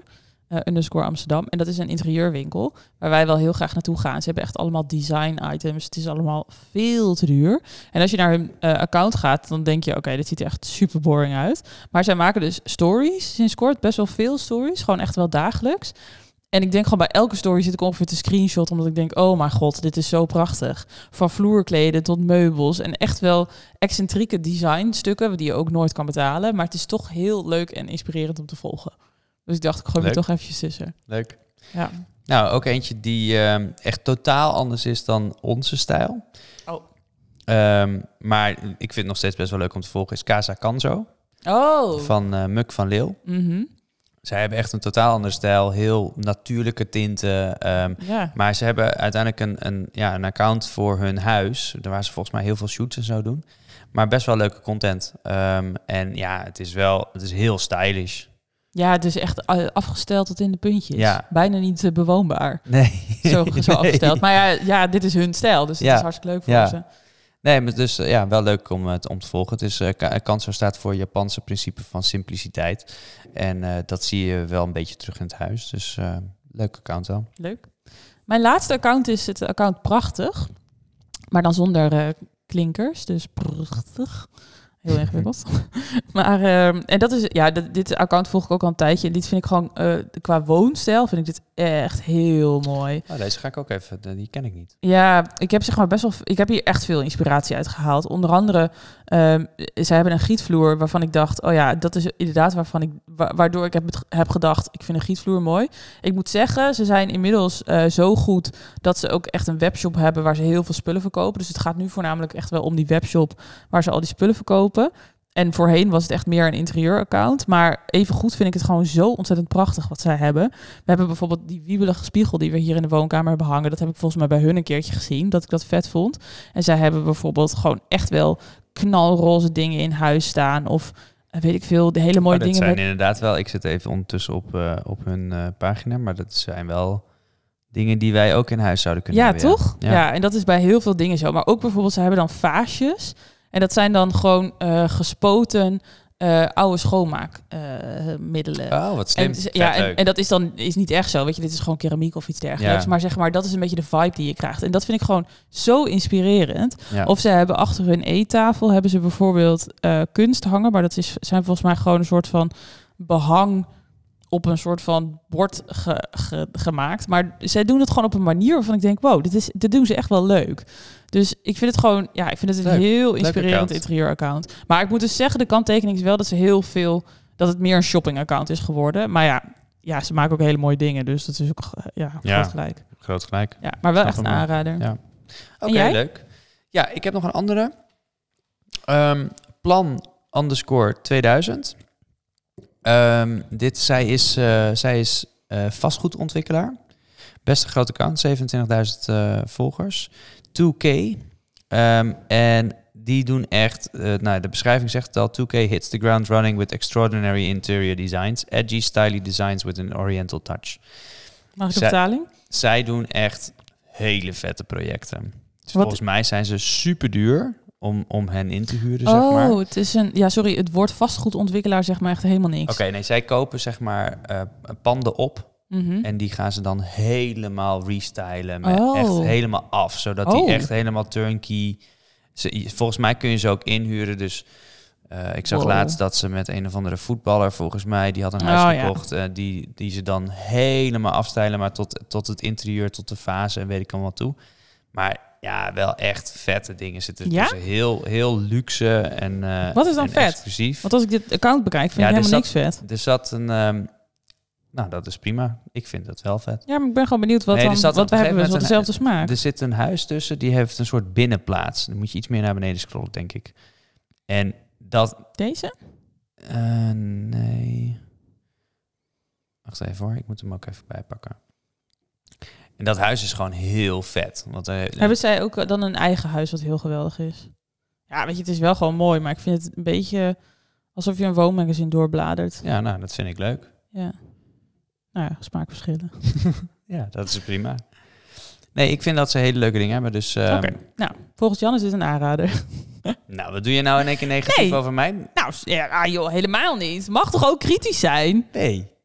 uh, underscore Amsterdam. En dat is een interieurwinkel waar wij wel heel graag naartoe gaan. Ze hebben echt allemaal design items. Het is allemaal veel te duur. En als je naar hun uh, account gaat, dan denk je, oké, okay, dit ziet er echt super boring uit. Maar zij maken dus stories sinds kort, best wel veel stories. Gewoon echt wel dagelijks. En ik denk gewoon bij elke story zit ik ongeveer te screenshot, omdat ik denk, oh mijn god, dit is zo prachtig. Van vloerkleden tot meubels en echt wel excentrieke designstukken die je ook nooit kan betalen. Maar het is toch heel leuk en inspirerend om te volgen. Dus ik dacht, ik gooi me toch eventjes tussen. Leuk. Ja. Nou, ook eentje die uh, echt totaal anders is dan onze stijl. Oh. Um, maar ik vind het nog steeds best wel leuk om te volgen, is Casa Canzo. Oh. Van uh, Muk van Leeuw. Mm-hmm. Zij hebben echt een totaal andere stijl, heel natuurlijke tinten. Um, ja. Maar ze hebben uiteindelijk een, een, ja, een account voor hun huis, waar ze volgens mij heel veel shoots en zo doen. Maar best wel leuke content. Um, en ja, het is wel, het is heel stylish. Ja, het is echt afgesteld tot in de puntjes. Ja. Bijna niet uh, bewoonbaar. Nee. Zo, zo nee. afgesteld. Maar ja, ja, dit is hun stijl, dus het ja. is hartstikke leuk voor ja. ze. Nee, maar dus uh, ja, wel leuk om het om te volgen. Het is uh, Canzo staat voor Japanse principe van simpliciteit. En uh, dat zie je wel een beetje terug in het huis. Dus uh, leuk account wel. Leuk. Mijn laatste account is het account Prachtig. Maar dan zonder uh, klinkers. Dus prachtig. Heel ingewikkeld. maar, uh, en dat is, ja, dit, dit account volg ik ook al een tijdje. En dit vind ik gewoon, uh, qua woonstijl vind ik dit echt heel mooi. Oh, deze ga ik ook even, die ken ik niet. Ja, ik heb zeg maar best wel, ik heb hier echt veel inspiratie uit gehaald. Onder andere, um, zij hebben een gietvloer waarvan ik dacht, oh ja, dat is inderdaad waarvan ik, wa- waardoor ik heb, heb gedacht, ik vind een gietvloer mooi. Ik moet zeggen, ze zijn inmiddels uh, zo goed dat ze ook echt een webshop hebben waar ze heel veel spullen verkopen. Dus het gaat nu voornamelijk echt wel om die webshop waar ze al die spullen verkopen. En voorheen was het echt meer een interieuraccount. Maar even goed vind ik het gewoon zo ontzettend prachtig wat zij hebben. We hebben bijvoorbeeld die wiebelige spiegel die we hier in de woonkamer hebben hangen. Dat heb ik volgens mij bij hun een keertje gezien, dat ik dat vet vond. En zij hebben bijvoorbeeld gewoon echt wel knalroze dingen in huis staan. Of weet ik veel, de hele mooie oh, dat dingen. zijn met... inderdaad wel, ik zit even ondertussen op, uh, op hun uh, pagina. Maar dat zijn wel dingen die wij ook in huis zouden kunnen ja, hebben. Toch? Ja, ja, ja, en dat is bij heel veel dingen zo. Maar ook bijvoorbeeld, ze hebben dan vaasjes. En dat zijn dan gewoon uh, gespoten uh, oude schoonmaakmiddelen. Uh, oh, wat slim. En, ja, en, en dat is dan is niet echt zo. Weet je, dit is gewoon keramiek of iets dergelijks. Ja. Maar zeg maar, dat is een beetje de vibe die je krijgt. En dat vind ik gewoon zo inspirerend. Ja. Of ze hebben achter hun eettafel hebben ze bijvoorbeeld uh, kunst hangen. Maar dat is, zijn volgens mij gewoon een soort van behang op een soort van bord ge, ge, gemaakt. Maar zij doen het gewoon op een manier waarvan ik denk, wow, dit, is, dit doen ze echt wel leuk. Dus ik vind het gewoon, ja, ik vind het een leuk. heel inspirerend interieuraccount. Maar ik moet dus zeggen, de kanttekening is wel dat ze heel veel, dat het meer een shoppingaccount is geworden. Maar ja, ja, ze maken ook hele mooie dingen, dus dat is ook, ja, ja groot gelijk. Groot gelijk. Ja, maar wel echt een aanrader. Ja. Oké, okay, leuk. Ja, ik heb nog een andere. Um, plan underscore tweeduizend. Um, dit, zij is, uh, zij is uh, vastgoedontwikkelaar. Best een groot account, zevenentwintigduizend uh, volgers. twee K. Um, en die doen echt, uh, nou de beschrijving zegt het al, twee K hits the ground running with extraordinary interior designs, edgy, stylish designs with an oriental touch. Mag ik de vertaling? Zij doen echt hele vette projecten. Dus volgens mij zijn ze super duur om, om hen in te huren, oh, zeg maar. Oh, het is een, ja, sorry, het woord vastgoedontwikkelaar zegt maar echt helemaal niks. Oké, okay, nee, zij kopen zeg maar uh, panden op. Mm-hmm. En die gaan ze dan helemaal restylen. Met oh. Echt helemaal af. Zodat oh. die echt helemaal turnkey. Ze, volgens mij kun je ze ook inhuren. Dus uh, ik zag wow. laatst dat ze met een of andere voetballer, volgens mij, die had een huis oh, gekocht. Ja. Uh, die, die ze dan helemaal afstylen. Maar tot, tot het interieur, tot de fase en weet ik allemaal toe. Maar ja, wel echt vette dingen zitten. Ja? Dus heel, heel luxe en uh, wat is dan en vet? Exclusief. Want als ik dit account bekijk, vind ja, ik helemaal zat, niks vet. Er zat een... Um, Nou, dat is prima. Ik vind dat wel vet. Ja, maar ik ben gewoon benieuwd wat, nee, dan, wat we hebben. We dezelfde smaak. Er zit een huis tussen, die heeft een soort binnenplaats. Dan moet je iets meer naar beneden scrollen, denk ik. En dat... Deze? Uh, nee. Wacht even hoor, ik moet hem ook even bijpakken. En dat huis is gewoon heel vet. Want, uh, hebben zij ook dan een eigen huis wat heel geweldig is? Ja, weet je, het is wel gewoon mooi, maar ik vind het een beetje alsof je een woonmagazine doorbladert. Ja, nou, dat vind ik leuk. Ja. Nou ja, smaakverschillen. Ja, dat is prima. Nee, ik vind dat ze hele leuke dingen hebben. Dus, um... Oké, okay. Nou, volgens Jan is dit een aanrader. Nou, wat doe je nou in één keer negatief nee. over mij? Nou, ja, joh, helemaal niet. Mag toch ook kritisch zijn? Nee.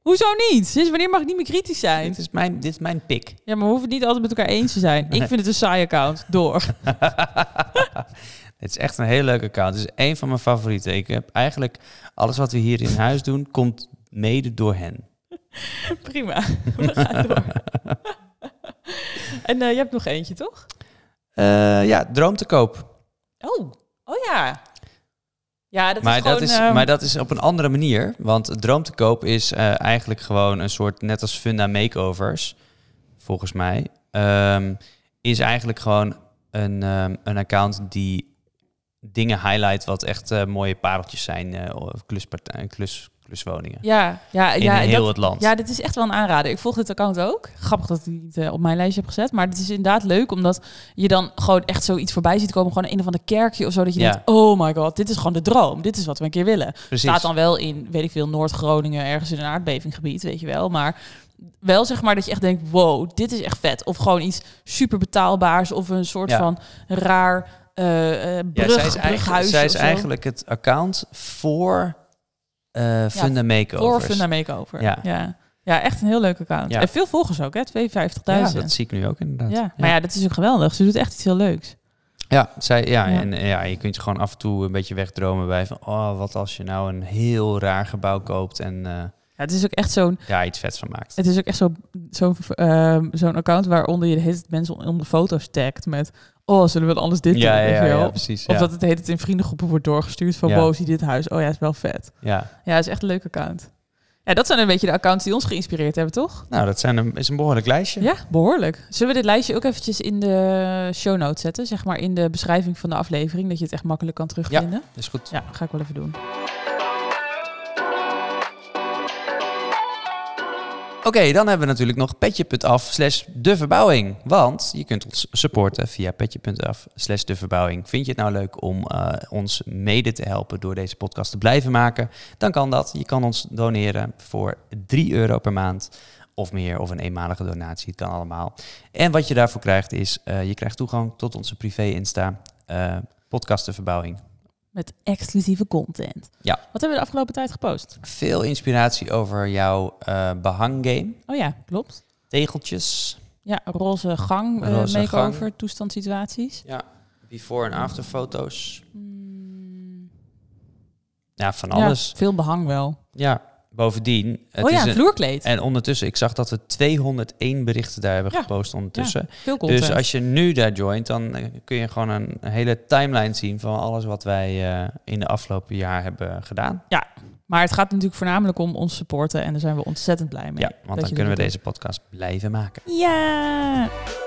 Hoezo niet? Sinds wanneer mag ik niet meer kritisch zijn? Dit is mijn, dit is mijn pik. Ja, maar we hoeven het niet altijd met elkaar eens te zijn. Ik vind het een saai account. Door. Het is echt een heel leuk account. Het is één van mijn favorieten. Ik heb eigenlijk alles wat we hier in huis doen, komt mede door hen. Prima. We gaan door. En uh, je hebt nog eentje, toch? Uh, ja, Droom te koop. Oh, oh ja. Ja, dat maar, is gewoon, dat is, um... maar dat is op een andere manier. Want Droom te koop is uh, eigenlijk gewoon een soort, net als Funda Makeovers, volgens mij, um, is eigenlijk gewoon een, um, een account die dingen highlight wat echt uh, mooie pareltjes zijn, uh, kluspartij, klus, kluswoningen. Ja, ja, in ja, heel dat, het land. Ja, dit is echt wel een aanrader. Ik volg dit account ook. Grappig dat ik het niet uh, op mijn lijstje heb gezet. Maar het is inderdaad leuk, omdat je dan gewoon echt zoiets voorbij ziet komen. Gewoon een of ander kerkje of zo. Dat je ja. denkt, oh my god, dit is gewoon de droom. Dit is wat we een keer willen. Precies. Staat dan wel in, weet ik veel, Noord-Groningen, ergens in een aardbevinggebied, weet je wel. Maar wel zeg maar dat je echt denkt, wow, dit is echt vet. Of gewoon iets super betaalbaars of een soort ja. van raar uh, uh, brug, ja, zij is brughuis. Zij is eigenlijk het account voor uh, Funda ja, Makeovers. Voor Funda Makeover, ja. ja. Ja, echt een heel leuk account. Ja. En veel volgers ook, hè? tweeënvijftigduizend. Ja, dat zie ik nu ook inderdaad. Ja. Ja. Maar ja, dat is ook geweldig. Ze doet echt iets heel leuks. Ja, zij, ja, ja. En ja, je kunt je gewoon af en toe een beetje wegdromen bij van, oh, wat als je nou een heel raar gebouw koopt en uh, ja, het is ook echt zo'n daar iets vets van maakt. Het is ook echt zo, zo, uh, zo'n account waaronder je de hele tijd mensen onder foto's tagt met, oh, zullen we anders dit ja, doen? Ja, ja, ja, ja, precies. Of ja. dat het heet het in vriendengroepen wordt doorgestuurd van, ja. wow, zie dit huis. Oh ja, is wel vet. Ja, ja, het is echt een leuk account. Ja, dat zijn een beetje de accounts die ons geïnspireerd hebben, toch? Nou, dat zijn een, is een behoorlijk lijstje. Ja, behoorlijk. Zullen we dit lijstje ook eventjes in de show notes zetten? Zeg maar in de beschrijving van de aflevering, dat je het echt makkelijk kan terugvinden? Ja, dat is goed. Ja, ga ik wel even doen. Oké, okay, dan hebben we natuurlijk nog petje.af slash de verbouwing. Want je kunt ons supporten via petje.af slash de verbouwing. Vind je het nou leuk om uh, ons mede te helpen door deze podcast te blijven maken? Dan kan dat. Je kan ons doneren voor drie euro per maand of meer, of een eenmalige donatie. Het kan allemaal. En wat je daarvoor krijgt is, uh, je krijgt toegang tot onze privé-insta, uh, podcast de verbouwing. Met exclusieve content. Ja. Wat hebben we de afgelopen tijd gepost? Veel inspiratie over jouw uh, behanggame. Oh ja, klopt. Tegeltjes. Ja, roze gang, roze uh, makeover, gang. Toestandssituaties. Ja, before- en after-foto's. Mm. Ja, van alles. Ja, veel behang wel. Ja, bovendien... Het oh ja, is een vloerkleed. En ondertussen, ik zag dat we tweehonderdéén berichten daar hebben ja. gepost ondertussen. Ja, veel content. Dus als je nu daar joint, dan kun je gewoon een, een hele timeline zien van alles wat wij uh, in de afgelopen jaar hebben gedaan. Ja, maar het gaat natuurlijk voornamelijk om ons supporten en daar zijn we ontzettend blij mee. Ja, want dan kunnen we deze podcast blijven maken. Ja!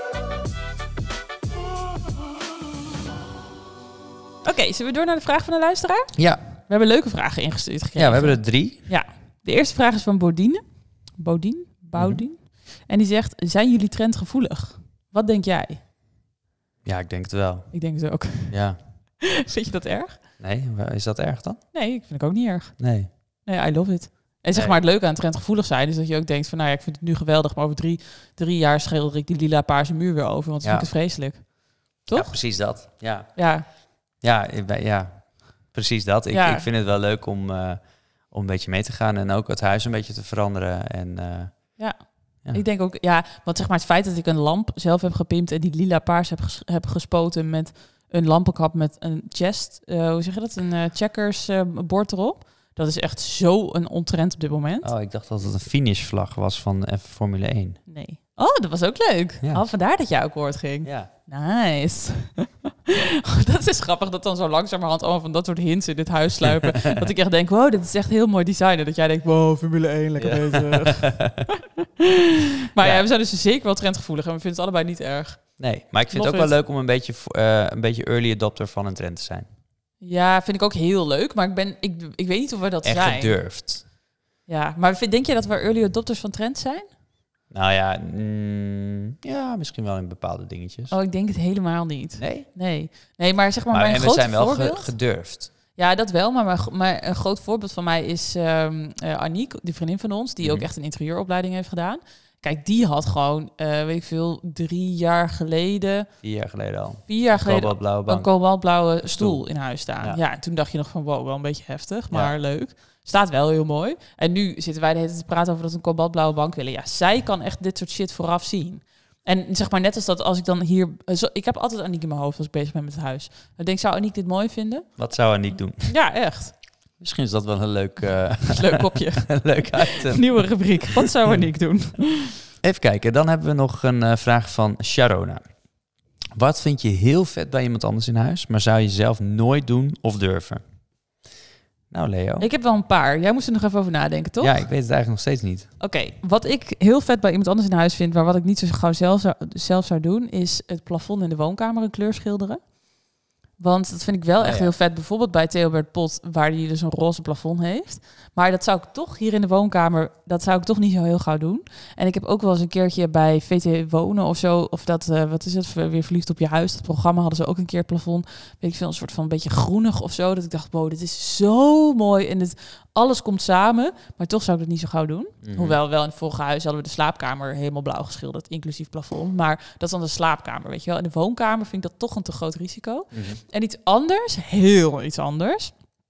Oké, okay, zullen we door naar de vraag van de luisteraar? Ja. We hebben leuke vragen ingestuurd gekregen. Ja, we hebben er drie. Ja. De eerste vraag is van Bodine. Bodine? Boudien. Mm-hmm. En die zegt, zijn jullie trendgevoelig? Wat denk jij? Ja, ik denk het wel. Ik denk het ook. Ja. Vind je dat erg? Nee, is dat erg dan? Nee, ik vind het ook niet erg. Nee. Nee, I love it. En zeg nee. maar het leuke aan trendgevoelig zijn is dat je ook denkt van, nou ja, ik vind het nu geweldig, maar over drie, drie jaar schilder ik die lila paarse muur weer over, want dan ja. vind ik het vreselijk. Toch? Ja, precies dat. Ja. Ja. Ja, ja. Precies dat. Ik, ja. ik vind het wel leuk om, uh, om een beetje mee te gaan en ook het huis een beetje te veranderen. En, uh, ja. ja, ik denk ook, ja, want zeg maar het feit dat ik een lamp zelf heb gepimpt en die lila paars heb, ges- heb gespoten met een lampenkap met een chest, uh, hoe zeg je dat, een uh, checkers uh, bord erop. Dat is echt zo een ontrend op dit moment. Oh, ik dacht dat het een finishvlag was van F Formule één. Nee. Oh, dat was ook leuk. Ja. Oh, vandaar dat jij ook woord ging. Ja. Nice. Dat is grappig dat dan zo langzamerhand allemaal van dat soort hints in dit huis sluipen. Dat ik echt denk, wow, dit is echt heel mooi design. En dat jij denkt, wow, Formule één, lekker ja. bezig. Maar ja. ja, we zijn dus zeker wel trendgevoelig en we vinden het allebei niet erg. Nee, maar ik vind Love het ook it. wel leuk om een beetje, uh, een beetje early adopter van een trend te zijn. Ja, vind ik ook heel leuk. Maar ik, ben, ik, ik weet niet of we dat echt zijn. Echt gedurfd. Ja, maar vind, denk je dat we early adopters van trends zijn? Nou ja, mm, ja, misschien wel in bepaalde dingetjes. Oh, ik denk het helemaal niet. Nee? Nee, nee maar zeg maar, maar mijn en groot we zijn wel voorbeeld... ge- gedurfd. Ja, dat wel. Maar, mijn, maar een groot voorbeeld van mij is um, uh, Aniek, die vriendin van ons, die mm-hmm. ook echt een interieuropleiding heeft gedaan. Kijk, die had gewoon, uh, weet ik veel, drie jaar geleden... Vier jaar geleden al. Vier jaar geleden kobaltblauwe bank. een kobaltblauwe stoel, stoel in huis staan. Ja. Ja. En toen dacht je nog van, wow, wel een beetje heftig, maar Ja. leuk. Staat wel heel mooi. En nu zitten wij de hele tijd te praten over dat we een kobaltblauwe bank willen. Ja, zij kan echt dit soort shit vooraf zien. En zeg maar net als dat als ik dan hier... Zo, ik heb altijd Aniek in mijn hoofd als ik bezig ben met het huis. Dan denk ik, zou Aniek dit mooi vinden? Wat zou Aniek doen? Ja, echt. Misschien is dat wel een leuk, uh, leuk kopje. een leuk item. Nieuwe rubriek. Wat zou Aniek doen? Even kijken, dan hebben we nog een uh, vraag van Sharona. Wat vind je heel vet bij iemand anders in huis, maar zou je zelf nooit doen of durven? Nou, Leo. Ik heb wel een paar. Jij moest er nog even over nadenken, toch? Ja, ik weet het eigenlijk nog steeds niet. Oké, okay, wat ik heel vet bij iemand anders in huis vind, maar wat ik niet zo gauw zelf zou, zelf zou doen, is het plafond in de woonkamer een kleur schilderen. Want dat vind ik wel echt ja, ja. heel vet. Bijvoorbeeld bij Theobert Pot, waar die dus een roze plafond heeft. Maar dat zou ik toch hier in de woonkamer, dat zou ik toch niet zo heel gauw doen. En ik heb ook wel eens een keertje bij V T Wonen of zo, of dat, uh, wat is het, weer Verliefd op je huis. Dat programma hadden ze ook een keer het plafond. Weet ik veel, een soort van een beetje groenig of zo. Dat ik dacht, wow, dit is zo mooi. En het, alles komt samen, maar toch zou ik dat niet zo gauw doen. Mm-hmm. Hoewel, wel in het vorige huis hadden we de slaapkamer helemaal blauw geschilderd, inclusief plafond. Maar dat is dan de slaapkamer, weet je wel. In de woonkamer vind ik dat toch een te groot risico. Mm-hmm. En iets anders, heel iets anders,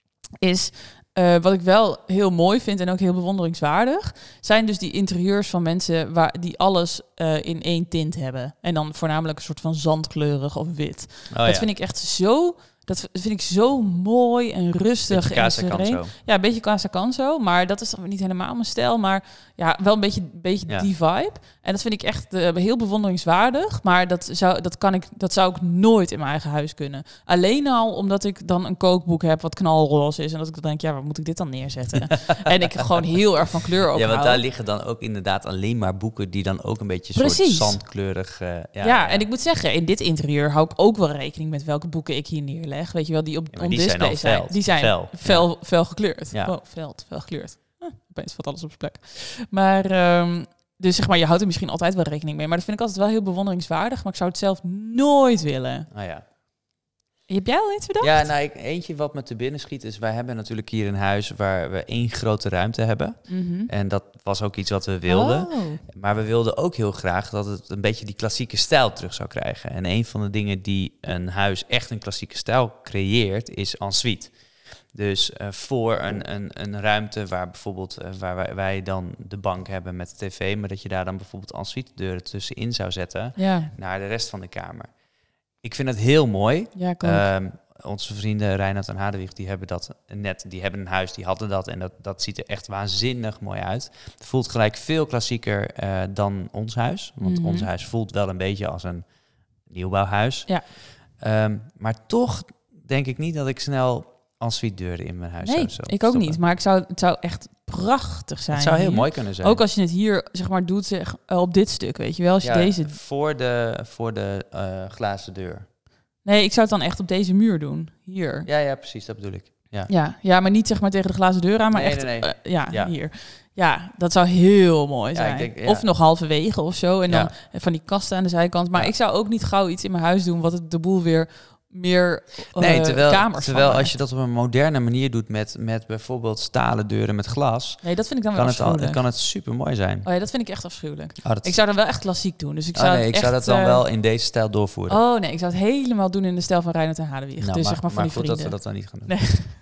is uh, wat ik wel heel mooi vind en ook heel bewonderingswaardig, zijn dus die interieurs van mensen waar die alles uh, in één tint hebben. En dan voornamelijk een soort van zandkleurig of wit. Oh, dat ja. vind ik echt zo... Dat vind ik zo mooi en rustig. Beetje Casa Canso. Ja, een beetje Casa Canso. Maar dat is dan niet helemaal mijn stijl. Maar ja, wel een beetje, beetje ja. die vibe. En dat vind ik echt uh, heel bewonderingswaardig. Maar dat zou, dat, kan ik, dat zou ik nooit in mijn eigen huis kunnen. Alleen al omdat ik dan een kookboek heb wat knalroze is. En dat ik dan denk, ja, waar moet ik dit dan neerzetten? En ik gewoon heel erg van kleur ook Ja, want hou. daar liggen dan ook inderdaad alleen maar boeken die dan ook een beetje soort Precies. zandkleurig... Uh, ja, ja, ja, en ik moet zeggen, in dit interieur hou ik ook wel rekening met welke boeken ik hier neerleg. Weet je wel, die op ja, on die display zijn. zijn. Die zijn fel, fel, ja. fel gekleurd. Ja. Oh, veld, fel gekleurd. Ah, opeens valt alles op zijn plek. Maar, um, dus zeg maar, je houdt er misschien altijd wel rekening mee. Maar dat vind ik altijd wel heel bewonderingswaardig. Maar ik zou het zelf nooit willen. Ah ja. Heb jij al iets bedacht? Ja, nou, ik, eentje wat me te binnen schiet is... wij hebben natuurlijk hier een huis waar we één grote ruimte hebben. Mm-hmm. En dat was ook iets wat we wilden. Oh. Maar we wilden ook heel graag dat het een beetje die klassieke stijl terug zou krijgen. En een van de dingen die een huis echt een klassieke stijl creëert, is ensuite. Dus uh, voor een, een, een ruimte waar bijvoorbeeld uh, waar wij, wij dan de bank hebben met de tv... maar dat je daar dan bijvoorbeeld ensuite deuren tussenin zou zetten... Ja. Naar de rest van de kamer. Ik vind het heel mooi. Ja, um, onze vrienden Reinhard en Hadewig, die hebben dat net, die hebben een huis, die hadden dat en dat, dat ziet er echt waanzinnig mooi uit. Het voelt gelijk veel klassieker uh, dan ons huis, want mm-hmm. ons huis voelt wel een beetje als een nieuwbouwhuis. Ja. Um, maar toch denk ik niet dat ik snel ensuite deuren in mijn huis nee, zou zo ik ook stoppen. niet, maar ik zou, het zou echt prachtig zijn. Het zou heel hier. mooi kunnen zijn. Ook als je het hier, zeg maar, doet zeg, op dit stuk, weet je wel, als je ja, deze... voor de, voor de uh, glazen deur. Nee, ik zou het dan echt op deze muur doen. Hier. Ja, ja, precies. Dat bedoel ik. Ja, ja, ja maar niet zeg maar tegen de glazen deur aan, maar nee, echt nee, nee. Uh, ja, ja, hier. Ja, dat zou heel mooi zijn. Ja, ik denk, ja. Of nog halverwege of zo. En dan ja. van die kasten aan de zijkant. Maar ja. ik zou ook niet gauw iets in mijn huis doen wat het de boel weer meer uh, nee, terwijl, kamers terwijl van als je dat op een moderne manier doet met, met bijvoorbeeld stalen deuren met glas... Nee, dat vind ik dan kan wel het al, kan het super mooi zijn. Oh ja, dat vind ik echt afschuwelijk. Oh, dat... Ik zou dan wel echt klassiek doen. Dus ik oh, zou, nee, ik echt, zou dat dan uh... wel in deze stijl doorvoeren. Oh nee, ik zou het helemaal doen in de stijl van Reinhard en Hadewig. Nou, dus maar, zeg maar van maar die goed vrienden. dat we dat dan niet gaan doen.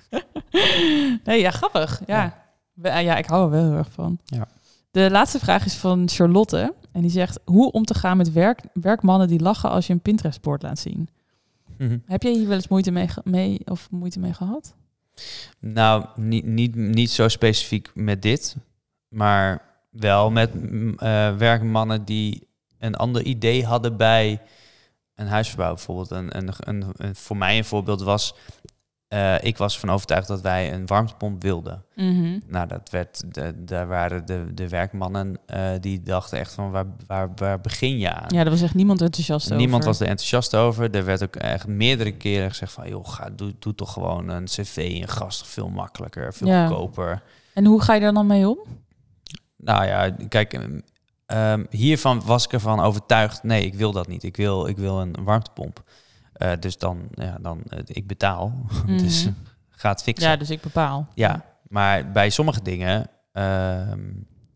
Nee, nee ja, grappig. Ja. Ja. ja, ik hou er wel heel erg van. Ja. De laatste vraag is van Charlotte. En die zegt, hoe om te gaan met werk, werkmannen die lachen als je een Pinterest-bord laat zien? Mm-hmm. Heb jij hier wel eens moeite mee, mee, of moeite mee gehad? Nou, niet, niet, niet zo specifiek met dit. Maar wel met uh, werkmannen die een ander idee hadden bij een huisverbouw. Bijvoorbeeld een, een, een, een, voor mij een voorbeeld was... Uh, ik was van overtuigd dat wij een warmtepomp wilden. Mm-hmm. Nou, dat werd, de, daar waren de, de werkmannen uh, die dachten echt van waar, waar, waar begin je aan? Ja, er was echt niemand enthousiast over. Niemand was er enthousiast over. Er werd ook echt meerdere keren gezegd van joh, ga, doe, doe toch gewoon een cv, een gas, veel makkelijker, veel ja. goedkoper. En hoe ga je daar dan mee om? Nou ja, kijk, um, hiervan was ik ervan overtuigd. Nee, ik wil dat niet. Ik wil, ik wil een warmtepomp. Uh, dus dan, ja, dan uh, ik betaal. Mm-hmm. Dus uh, ga het fixen. Ja, dus ik bepaal. Ja, maar bij sommige dingen uh,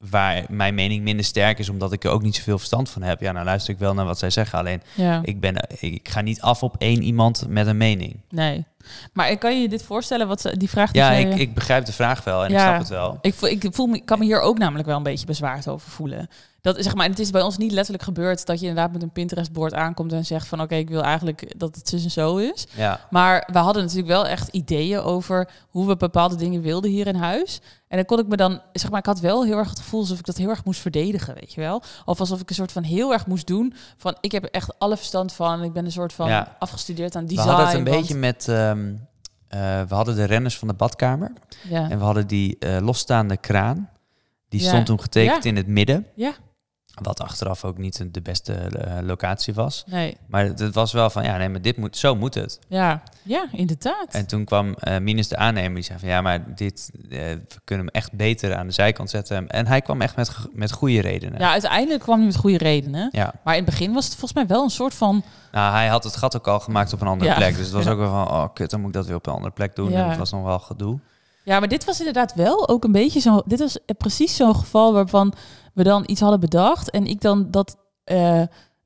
waar mijn mening minder sterk is, omdat ik er ook niet zoveel verstand van heb. Ja, dan luister ik wel naar wat zij zeggen. Alleen, ja. ik, ben, ik ga niet af op één iemand met een mening. Nee. Maar kan je je dit voorstellen, wat ze, die vraag die Ja, zij, ik, ik begrijp de vraag wel en ja, ik snap het wel. Ik, voel, ik voel me, kan me hier ook namelijk wel een beetje bezwaard over voelen. Dat, zeg maar, het is bij ons niet letterlijk gebeurd dat je inderdaad met een Pinterest-bord aankomt en zegt van oké, okay, ik wil eigenlijk dat het zus en zo is. Ja. Maar we hadden natuurlijk wel echt ideeën over hoe we bepaalde dingen wilden hier in huis. En dan kon ik me dan, zeg maar, ik had wel heel erg het gevoel alsof ik dat heel erg moest verdedigen, weet je wel. Of alsof ik een soort van heel erg moest doen van ik heb er echt alle verstand van. Ik ben een soort van ja. afgestudeerd aan design. We hadden het een want... beetje met, um, uh, we hadden de renners van de badkamer. Ja. En we hadden die uh, losstaande kraan. Die ja. stond toen getekend ja. in het midden. Ja. Wat achteraf ook niet de beste uh, locatie was. Nee. Maar het, het was wel van, ja, nee, maar dit moet, zo moet het. Ja, ja, inderdaad. En toen kwam uh, Minus de aannemer, die zei van, ja, maar dit, uh, we kunnen hem echt beter aan de zijkant zetten. En hij kwam echt met, met goede redenen. Ja, uiteindelijk kwam hij met goede redenen. Ja. Maar in het begin was het volgens mij wel een soort van... Nou, hij had het gat ook al gemaakt op een andere ja. plek. Dus het was ja. ook wel van, oh kut, dan moet ik dat weer op een andere plek doen. Ja. En het was nog wel gedoe. Ja, maar dit was inderdaad wel ook een beetje zo. Dit was precies zo'n geval waarvan we dan iets hadden bedacht en ik dan dat uh,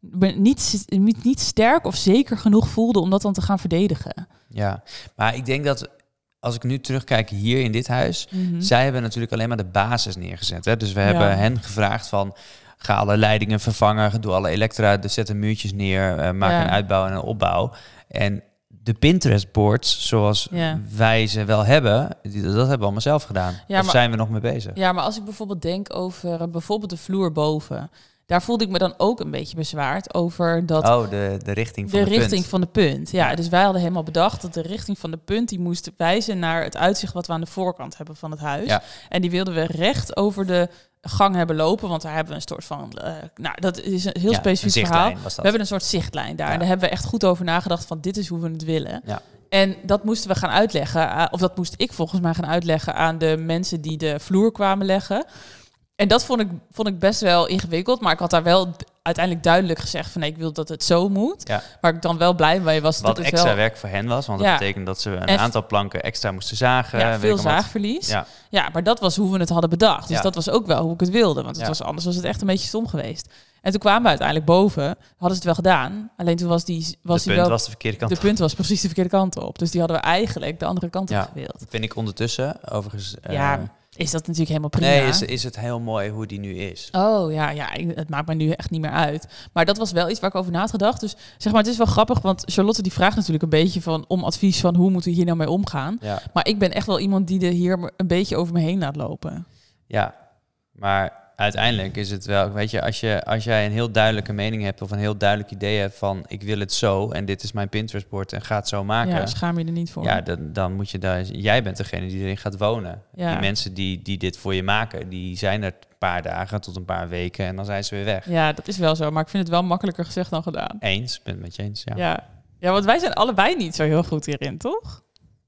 niet, niet, niet sterk of zeker genoeg voelde om dat dan te gaan verdedigen. Ja, maar ik denk dat als ik nu terugkijk hier in dit huis, mm-hmm. zij hebben natuurlijk alleen maar de basis neergezet. Hè? Dus we hebben ja. hen gevraagd van, ga alle leidingen vervangen, doe alle elektra, dus zet de muurtjes neer, uh, maak ja. een uitbouw en een opbouw. En de Pinterest-boards, zoals ja. wij ze wel hebben, die, dat hebben we allemaal zelf gedaan. Ja, of maar, zijn we nog mee bezig? Ja, maar als ik bijvoorbeeld denk over uh, bijvoorbeeld de vloer boven, daar voelde ik me dan ook een beetje bezwaard over dat... Oh, de, de richting van de, de richting punt. van de punt. Ja, ja, dus wij hadden helemaal bedacht dat de richting van de punt die moest wijzen naar het uitzicht wat we aan de voorkant hebben van het huis. Ja. En die wilden we recht over de gang hebben lopen, want daar hebben we een soort van... Uh, nou, dat is een heel ja, specifiek een verhaal. We hebben een soort zichtlijn daar. Ja. En daar hebben we echt goed over nagedacht van dit is hoe we het willen. Ja. En dat moesten we gaan uitleggen, of dat moest ik volgens mij gaan uitleggen aan de mensen die de vloer kwamen leggen. En dat vond ik, vond ik best wel ingewikkeld, maar ik had daar wel uiteindelijk duidelijk gezegd van nee, ik wil dat het zo moet. Ja. Waar ik dan wel blij mee was. Wat dat extra wel... werk voor hen was, want ja. dat betekent dat ze een en aantal planken extra moesten zagen. Ja, veel zaagverlies. Ja. ja, maar dat was hoe we het hadden bedacht. Dus ja. dat was ook wel hoe ik het wilde, want het ja. was anders was het echt een beetje stom geweest. En toen kwamen we uiteindelijk boven, hadden ze het wel gedaan. Alleen toen was die... Was de die punt wel, was de verkeerde kant De punt was precies de verkeerde kant op. Dus die hadden we eigenlijk de andere kant ja. op gewild. Vind ik ondertussen, overigens... Ja, uh, is dat natuurlijk helemaal prima. Nee, is, is het heel mooi hoe die nu is. Oh ja, ja, het maakt me nu echt niet meer uit. Maar dat was wel iets waar ik over na had gedacht. Dus zeg maar, het is wel grappig, want Charlotte die vraagt natuurlijk een beetje van om advies van hoe moeten we hier nou mee omgaan. Ja. Maar ik ben echt wel iemand die er hier een beetje over me heen laat lopen. Ja, maar uiteindelijk is het wel, weet je, als je als jij een heel duidelijke mening hebt of een heel duidelijk idee hebt van ik wil het zo en dit is mijn Pinterest-bord en ga het zo maken. Ja, schaam je er niet voor. Ja, dan, dan moet je daar, jij bent degene die erin gaat wonen. Ja. Die mensen die, die dit voor je maken, die zijn er een paar dagen tot een paar weken en dan zijn ze weer weg. Ja, dat is wel zo, maar ik vind het wel makkelijker gezegd dan gedaan. Eens, ben het met je eens, ja. Ja. Ja, want wij zijn allebei niet zo heel goed hierin, toch?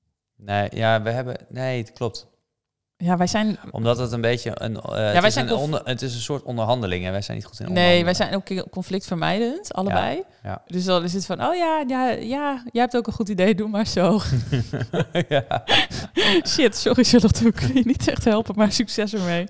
Nee, ja, we hebben, nee, het klopt. Ja, wij zijn... Omdat het een beetje een, uh, ja, het, wij is zijn een conf... onder, het is een soort onderhandeling en wij zijn niet goed in onderhandelen. Nee, wij zijn ook conflictvermijdend, allebei. Ja, ja. Dus dan is het van, oh ja, ja, ja, jij hebt ook een goed idee, doe maar zo. ja. Shit, sorry Charlotte, we kunnen je niet echt helpen, maar succes ermee.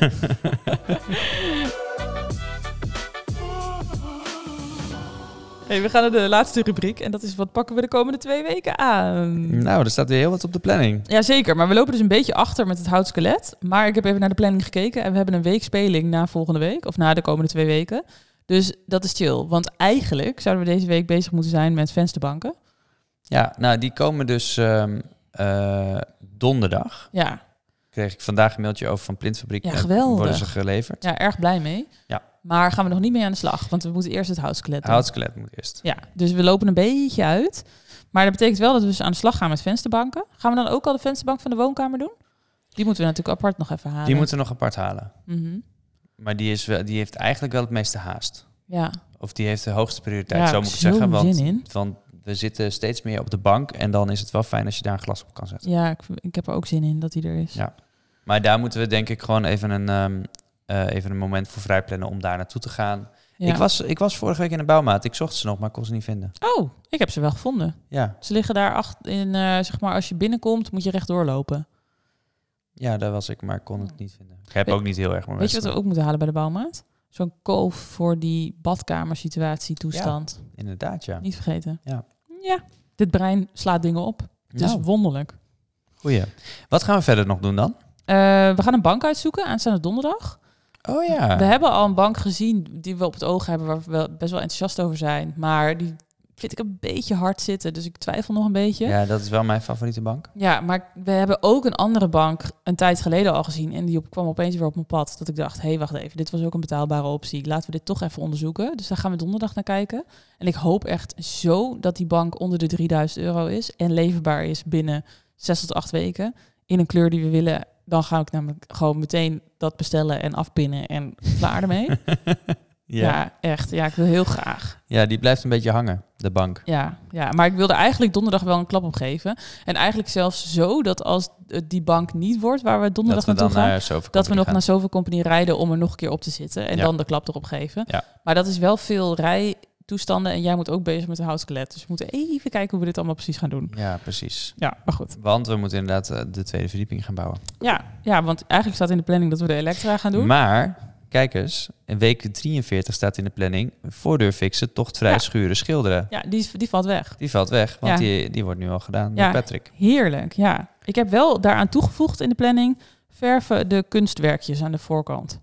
Hey, we gaan naar de laatste rubriek en dat is wat pakken we de komende twee weken aan? Nou, er staat weer heel wat op de planning. Jazeker, maar we lopen dus een beetje achter met het houtskelet. Maar ik heb even naar de planning gekeken en we hebben een week speling na volgende week, of na de komende twee weken. Dus dat is chill, want eigenlijk zouden we deze week bezig moeten zijn met vensterbanken. Ja, nou die komen dus um, uh, donderdag. Ja. Kreeg ik vandaag een mailtje over van Plintfabriek. Ja, geweldig. Worden ze geleverd. Ja, erg blij mee. Ja. Maar gaan we nog niet mee aan de slag, want we moeten eerst het houtskelet doen. Houtskelet moet eerst. Ja, dus we lopen een beetje uit. Maar dat betekent wel dat we dus aan de slag gaan met vensterbanken. Gaan we dan ook al de vensterbank van de woonkamer doen? Die moeten we natuurlijk apart nog even halen. Die moeten we nog apart halen. Mm-hmm. Maar die, is wel, die heeft eigenlijk wel het meeste haast. Ja. Of die heeft de hoogste prioriteit, ja, zo moet ik zeggen. Want, zin in. want we zitten steeds meer op de bank en dan is het wel fijn als je daar een glas op kan zetten. Ja, ik, ik heb er ook zin in dat die er is. Ja. Maar daar moeten we denk ik gewoon even een, um, uh, even een moment voor vrijplannen om daar naartoe te gaan. Ja. Ik, was, ik was vorige week in de bouwmaat. Ik zocht ze nog, maar ik kon ze niet vinden. Oh, ik heb ze wel gevonden. Ja. Ze liggen daar achter in, uh, zeg maar, als je binnenkomt, moet je rechtdoor lopen. Ja, daar was ik, maar ik kon het niet vinden. Ik heb weet, ook niet heel erg... Weet je wat we ook moeten halen bij de bouwmaat? Zo'n koof voor die badkamersituatie toestand. Ja, inderdaad, ja. Niet vergeten. Ja. Ja, dit brein slaat dingen op. Het nou. is wonderlijk. Goeie. Wat gaan we verder nog doen dan? Uh, we gaan een bank uitzoeken aanstaande donderdag. Oh ja. We hebben al een bank gezien die we op het oog hebben, waar we wel best wel enthousiast over zijn. Maar die vind ik een beetje hard zitten, dus ik twijfel nog een beetje. Ja, dat is wel mijn favoriete bank. Ja, maar we hebben ook een andere bank een tijd geleden al gezien. En die op, kwam opeens weer op mijn pad. Dat ik dacht, hé, hey, wacht even, dit was ook een betaalbare optie. Laten we dit toch even onderzoeken. Dus daar gaan we donderdag naar kijken. En ik hoop echt zo dat die bank onder de drieduizend euro is. En leverbaar is binnen zes tot acht weken. In een kleur die we willen. Dan ga ik namelijk gewoon meteen dat bestellen en afpinnen en klaar ermee. Ja. ja, echt. Ja, ik wil heel graag. Ja, die blijft een beetje hangen, de bank. Ja, ja, maar ik wilde eigenlijk donderdag wel een klap op geven. En eigenlijk zelfs zo dat als die bank niet wordt waar we donderdag dat we naartoe gaan, naar dat we nog gaan. naar Sofa Company rijden om er nog een keer op te zitten en ja. dan de klap erop geven. Ja. Maar dat is wel veel rijtoestanden en jij moet ook bezig met een houtskelet. Dus we moeten even kijken hoe we dit allemaal precies gaan doen. Ja, precies. Ja, maar goed. Want we moeten inderdaad uh, de tweede verdieping gaan bouwen. Ja, ja, want eigenlijk staat in de planning dat we de elektra gaan doen. Maar... Kijk eens, in week drieënveertig staat in de planning... voordeur fixen, tochtvrij ja. schuren, schilderen. Ja, die, die valt weg. Die valt weg, want ja. die, die wordt nu al gedaan ja. door Patrick. Heerlijk, ja. Ik heb wel daaraan toegevoegd in de planning... verven de kunstwerkjes aan de voorkant.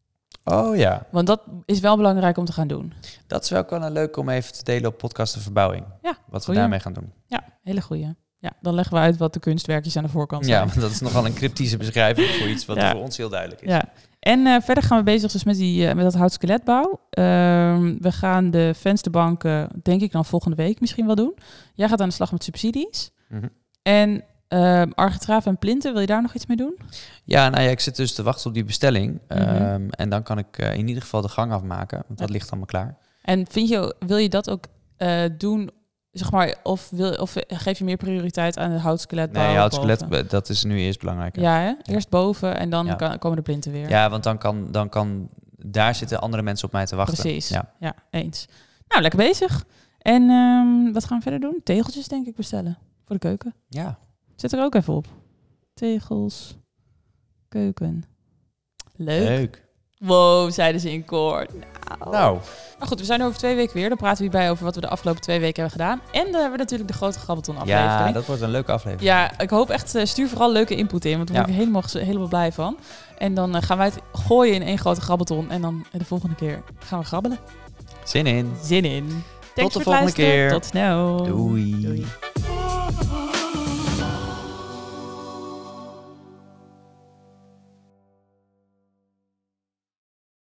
Oh ja. Want dat is wel belangrijk om te gaan doen. Dat is wel wel leuk om even te delen op podcast de verbouwing. Ja, wat we daarmee gaan doen. Ja, hele goeie. Ja, dan leggen we uit wat de kunstwerkjes aan de voorkant zijn. Ja, want dat is nogal een cryptische beschrijving voor iets wat ja. voor ons heel duidelijk is. Ja. En uh, verder gaan we bezig dus met, die, uh, met dat houtskeletbouw. Uh, we gaan de vensterbanken, denk ik dan volgende week misschien wel doen. Jij gaat aan de slag met subsidies. Mm-hmm. En uh, architraaf en plinten, wil je daar nog iets mee doen? Ja, nou ja, ik zit dus te wachten op die bestelling. Mm-hmm. Um, en dan kan ik uh, in ieder geval de gang afmaken, want ja. dat ligt allemaal klaar. En vind je, wil je dat ook uh, doen... Zeg maar, of, wil, of geef je meer prioriteit aan het houtskeletbouw? Nee, houtskelet, dat is nu eerst belangrijker. Ja, hè? Eerst boven en dan ja. kan, komen de plinten weer. Ja, want dan kan, dan kan... Daar zitten andere mensen op mij te wachten. Precies, ja, ja eens. Nou, lekker bezig. En um, wat gaan we verder doen? Tegeltjes, denk ik, bestellen. Voor de keuken. Ja. Zet er ook even op. Tegels, keuken. Leuk. Leuk. Wow, zeiden ze in koor. Nou. nou. Maar goed, we zijn over twee weken weer. Dan praten we hierbij over wat we de afgelopen twee weken hebben gedaan. En dan hebben we natuurlijk de grote Grabbelton aflevering. Ja, dat wordt een leuke aflevering. Ja, ik hoop echt, uh, stuur vooral leuke input in. Want daar ja. word ik helemaal, helemaal blij van. En dan uh, gaan wij het gooien in één grote Grabbelton. En dan uh, de volgende keer gaan we grabbelen. Zin in. Zin in. Tot de volgende keer. Tot snel. Doei. Doei.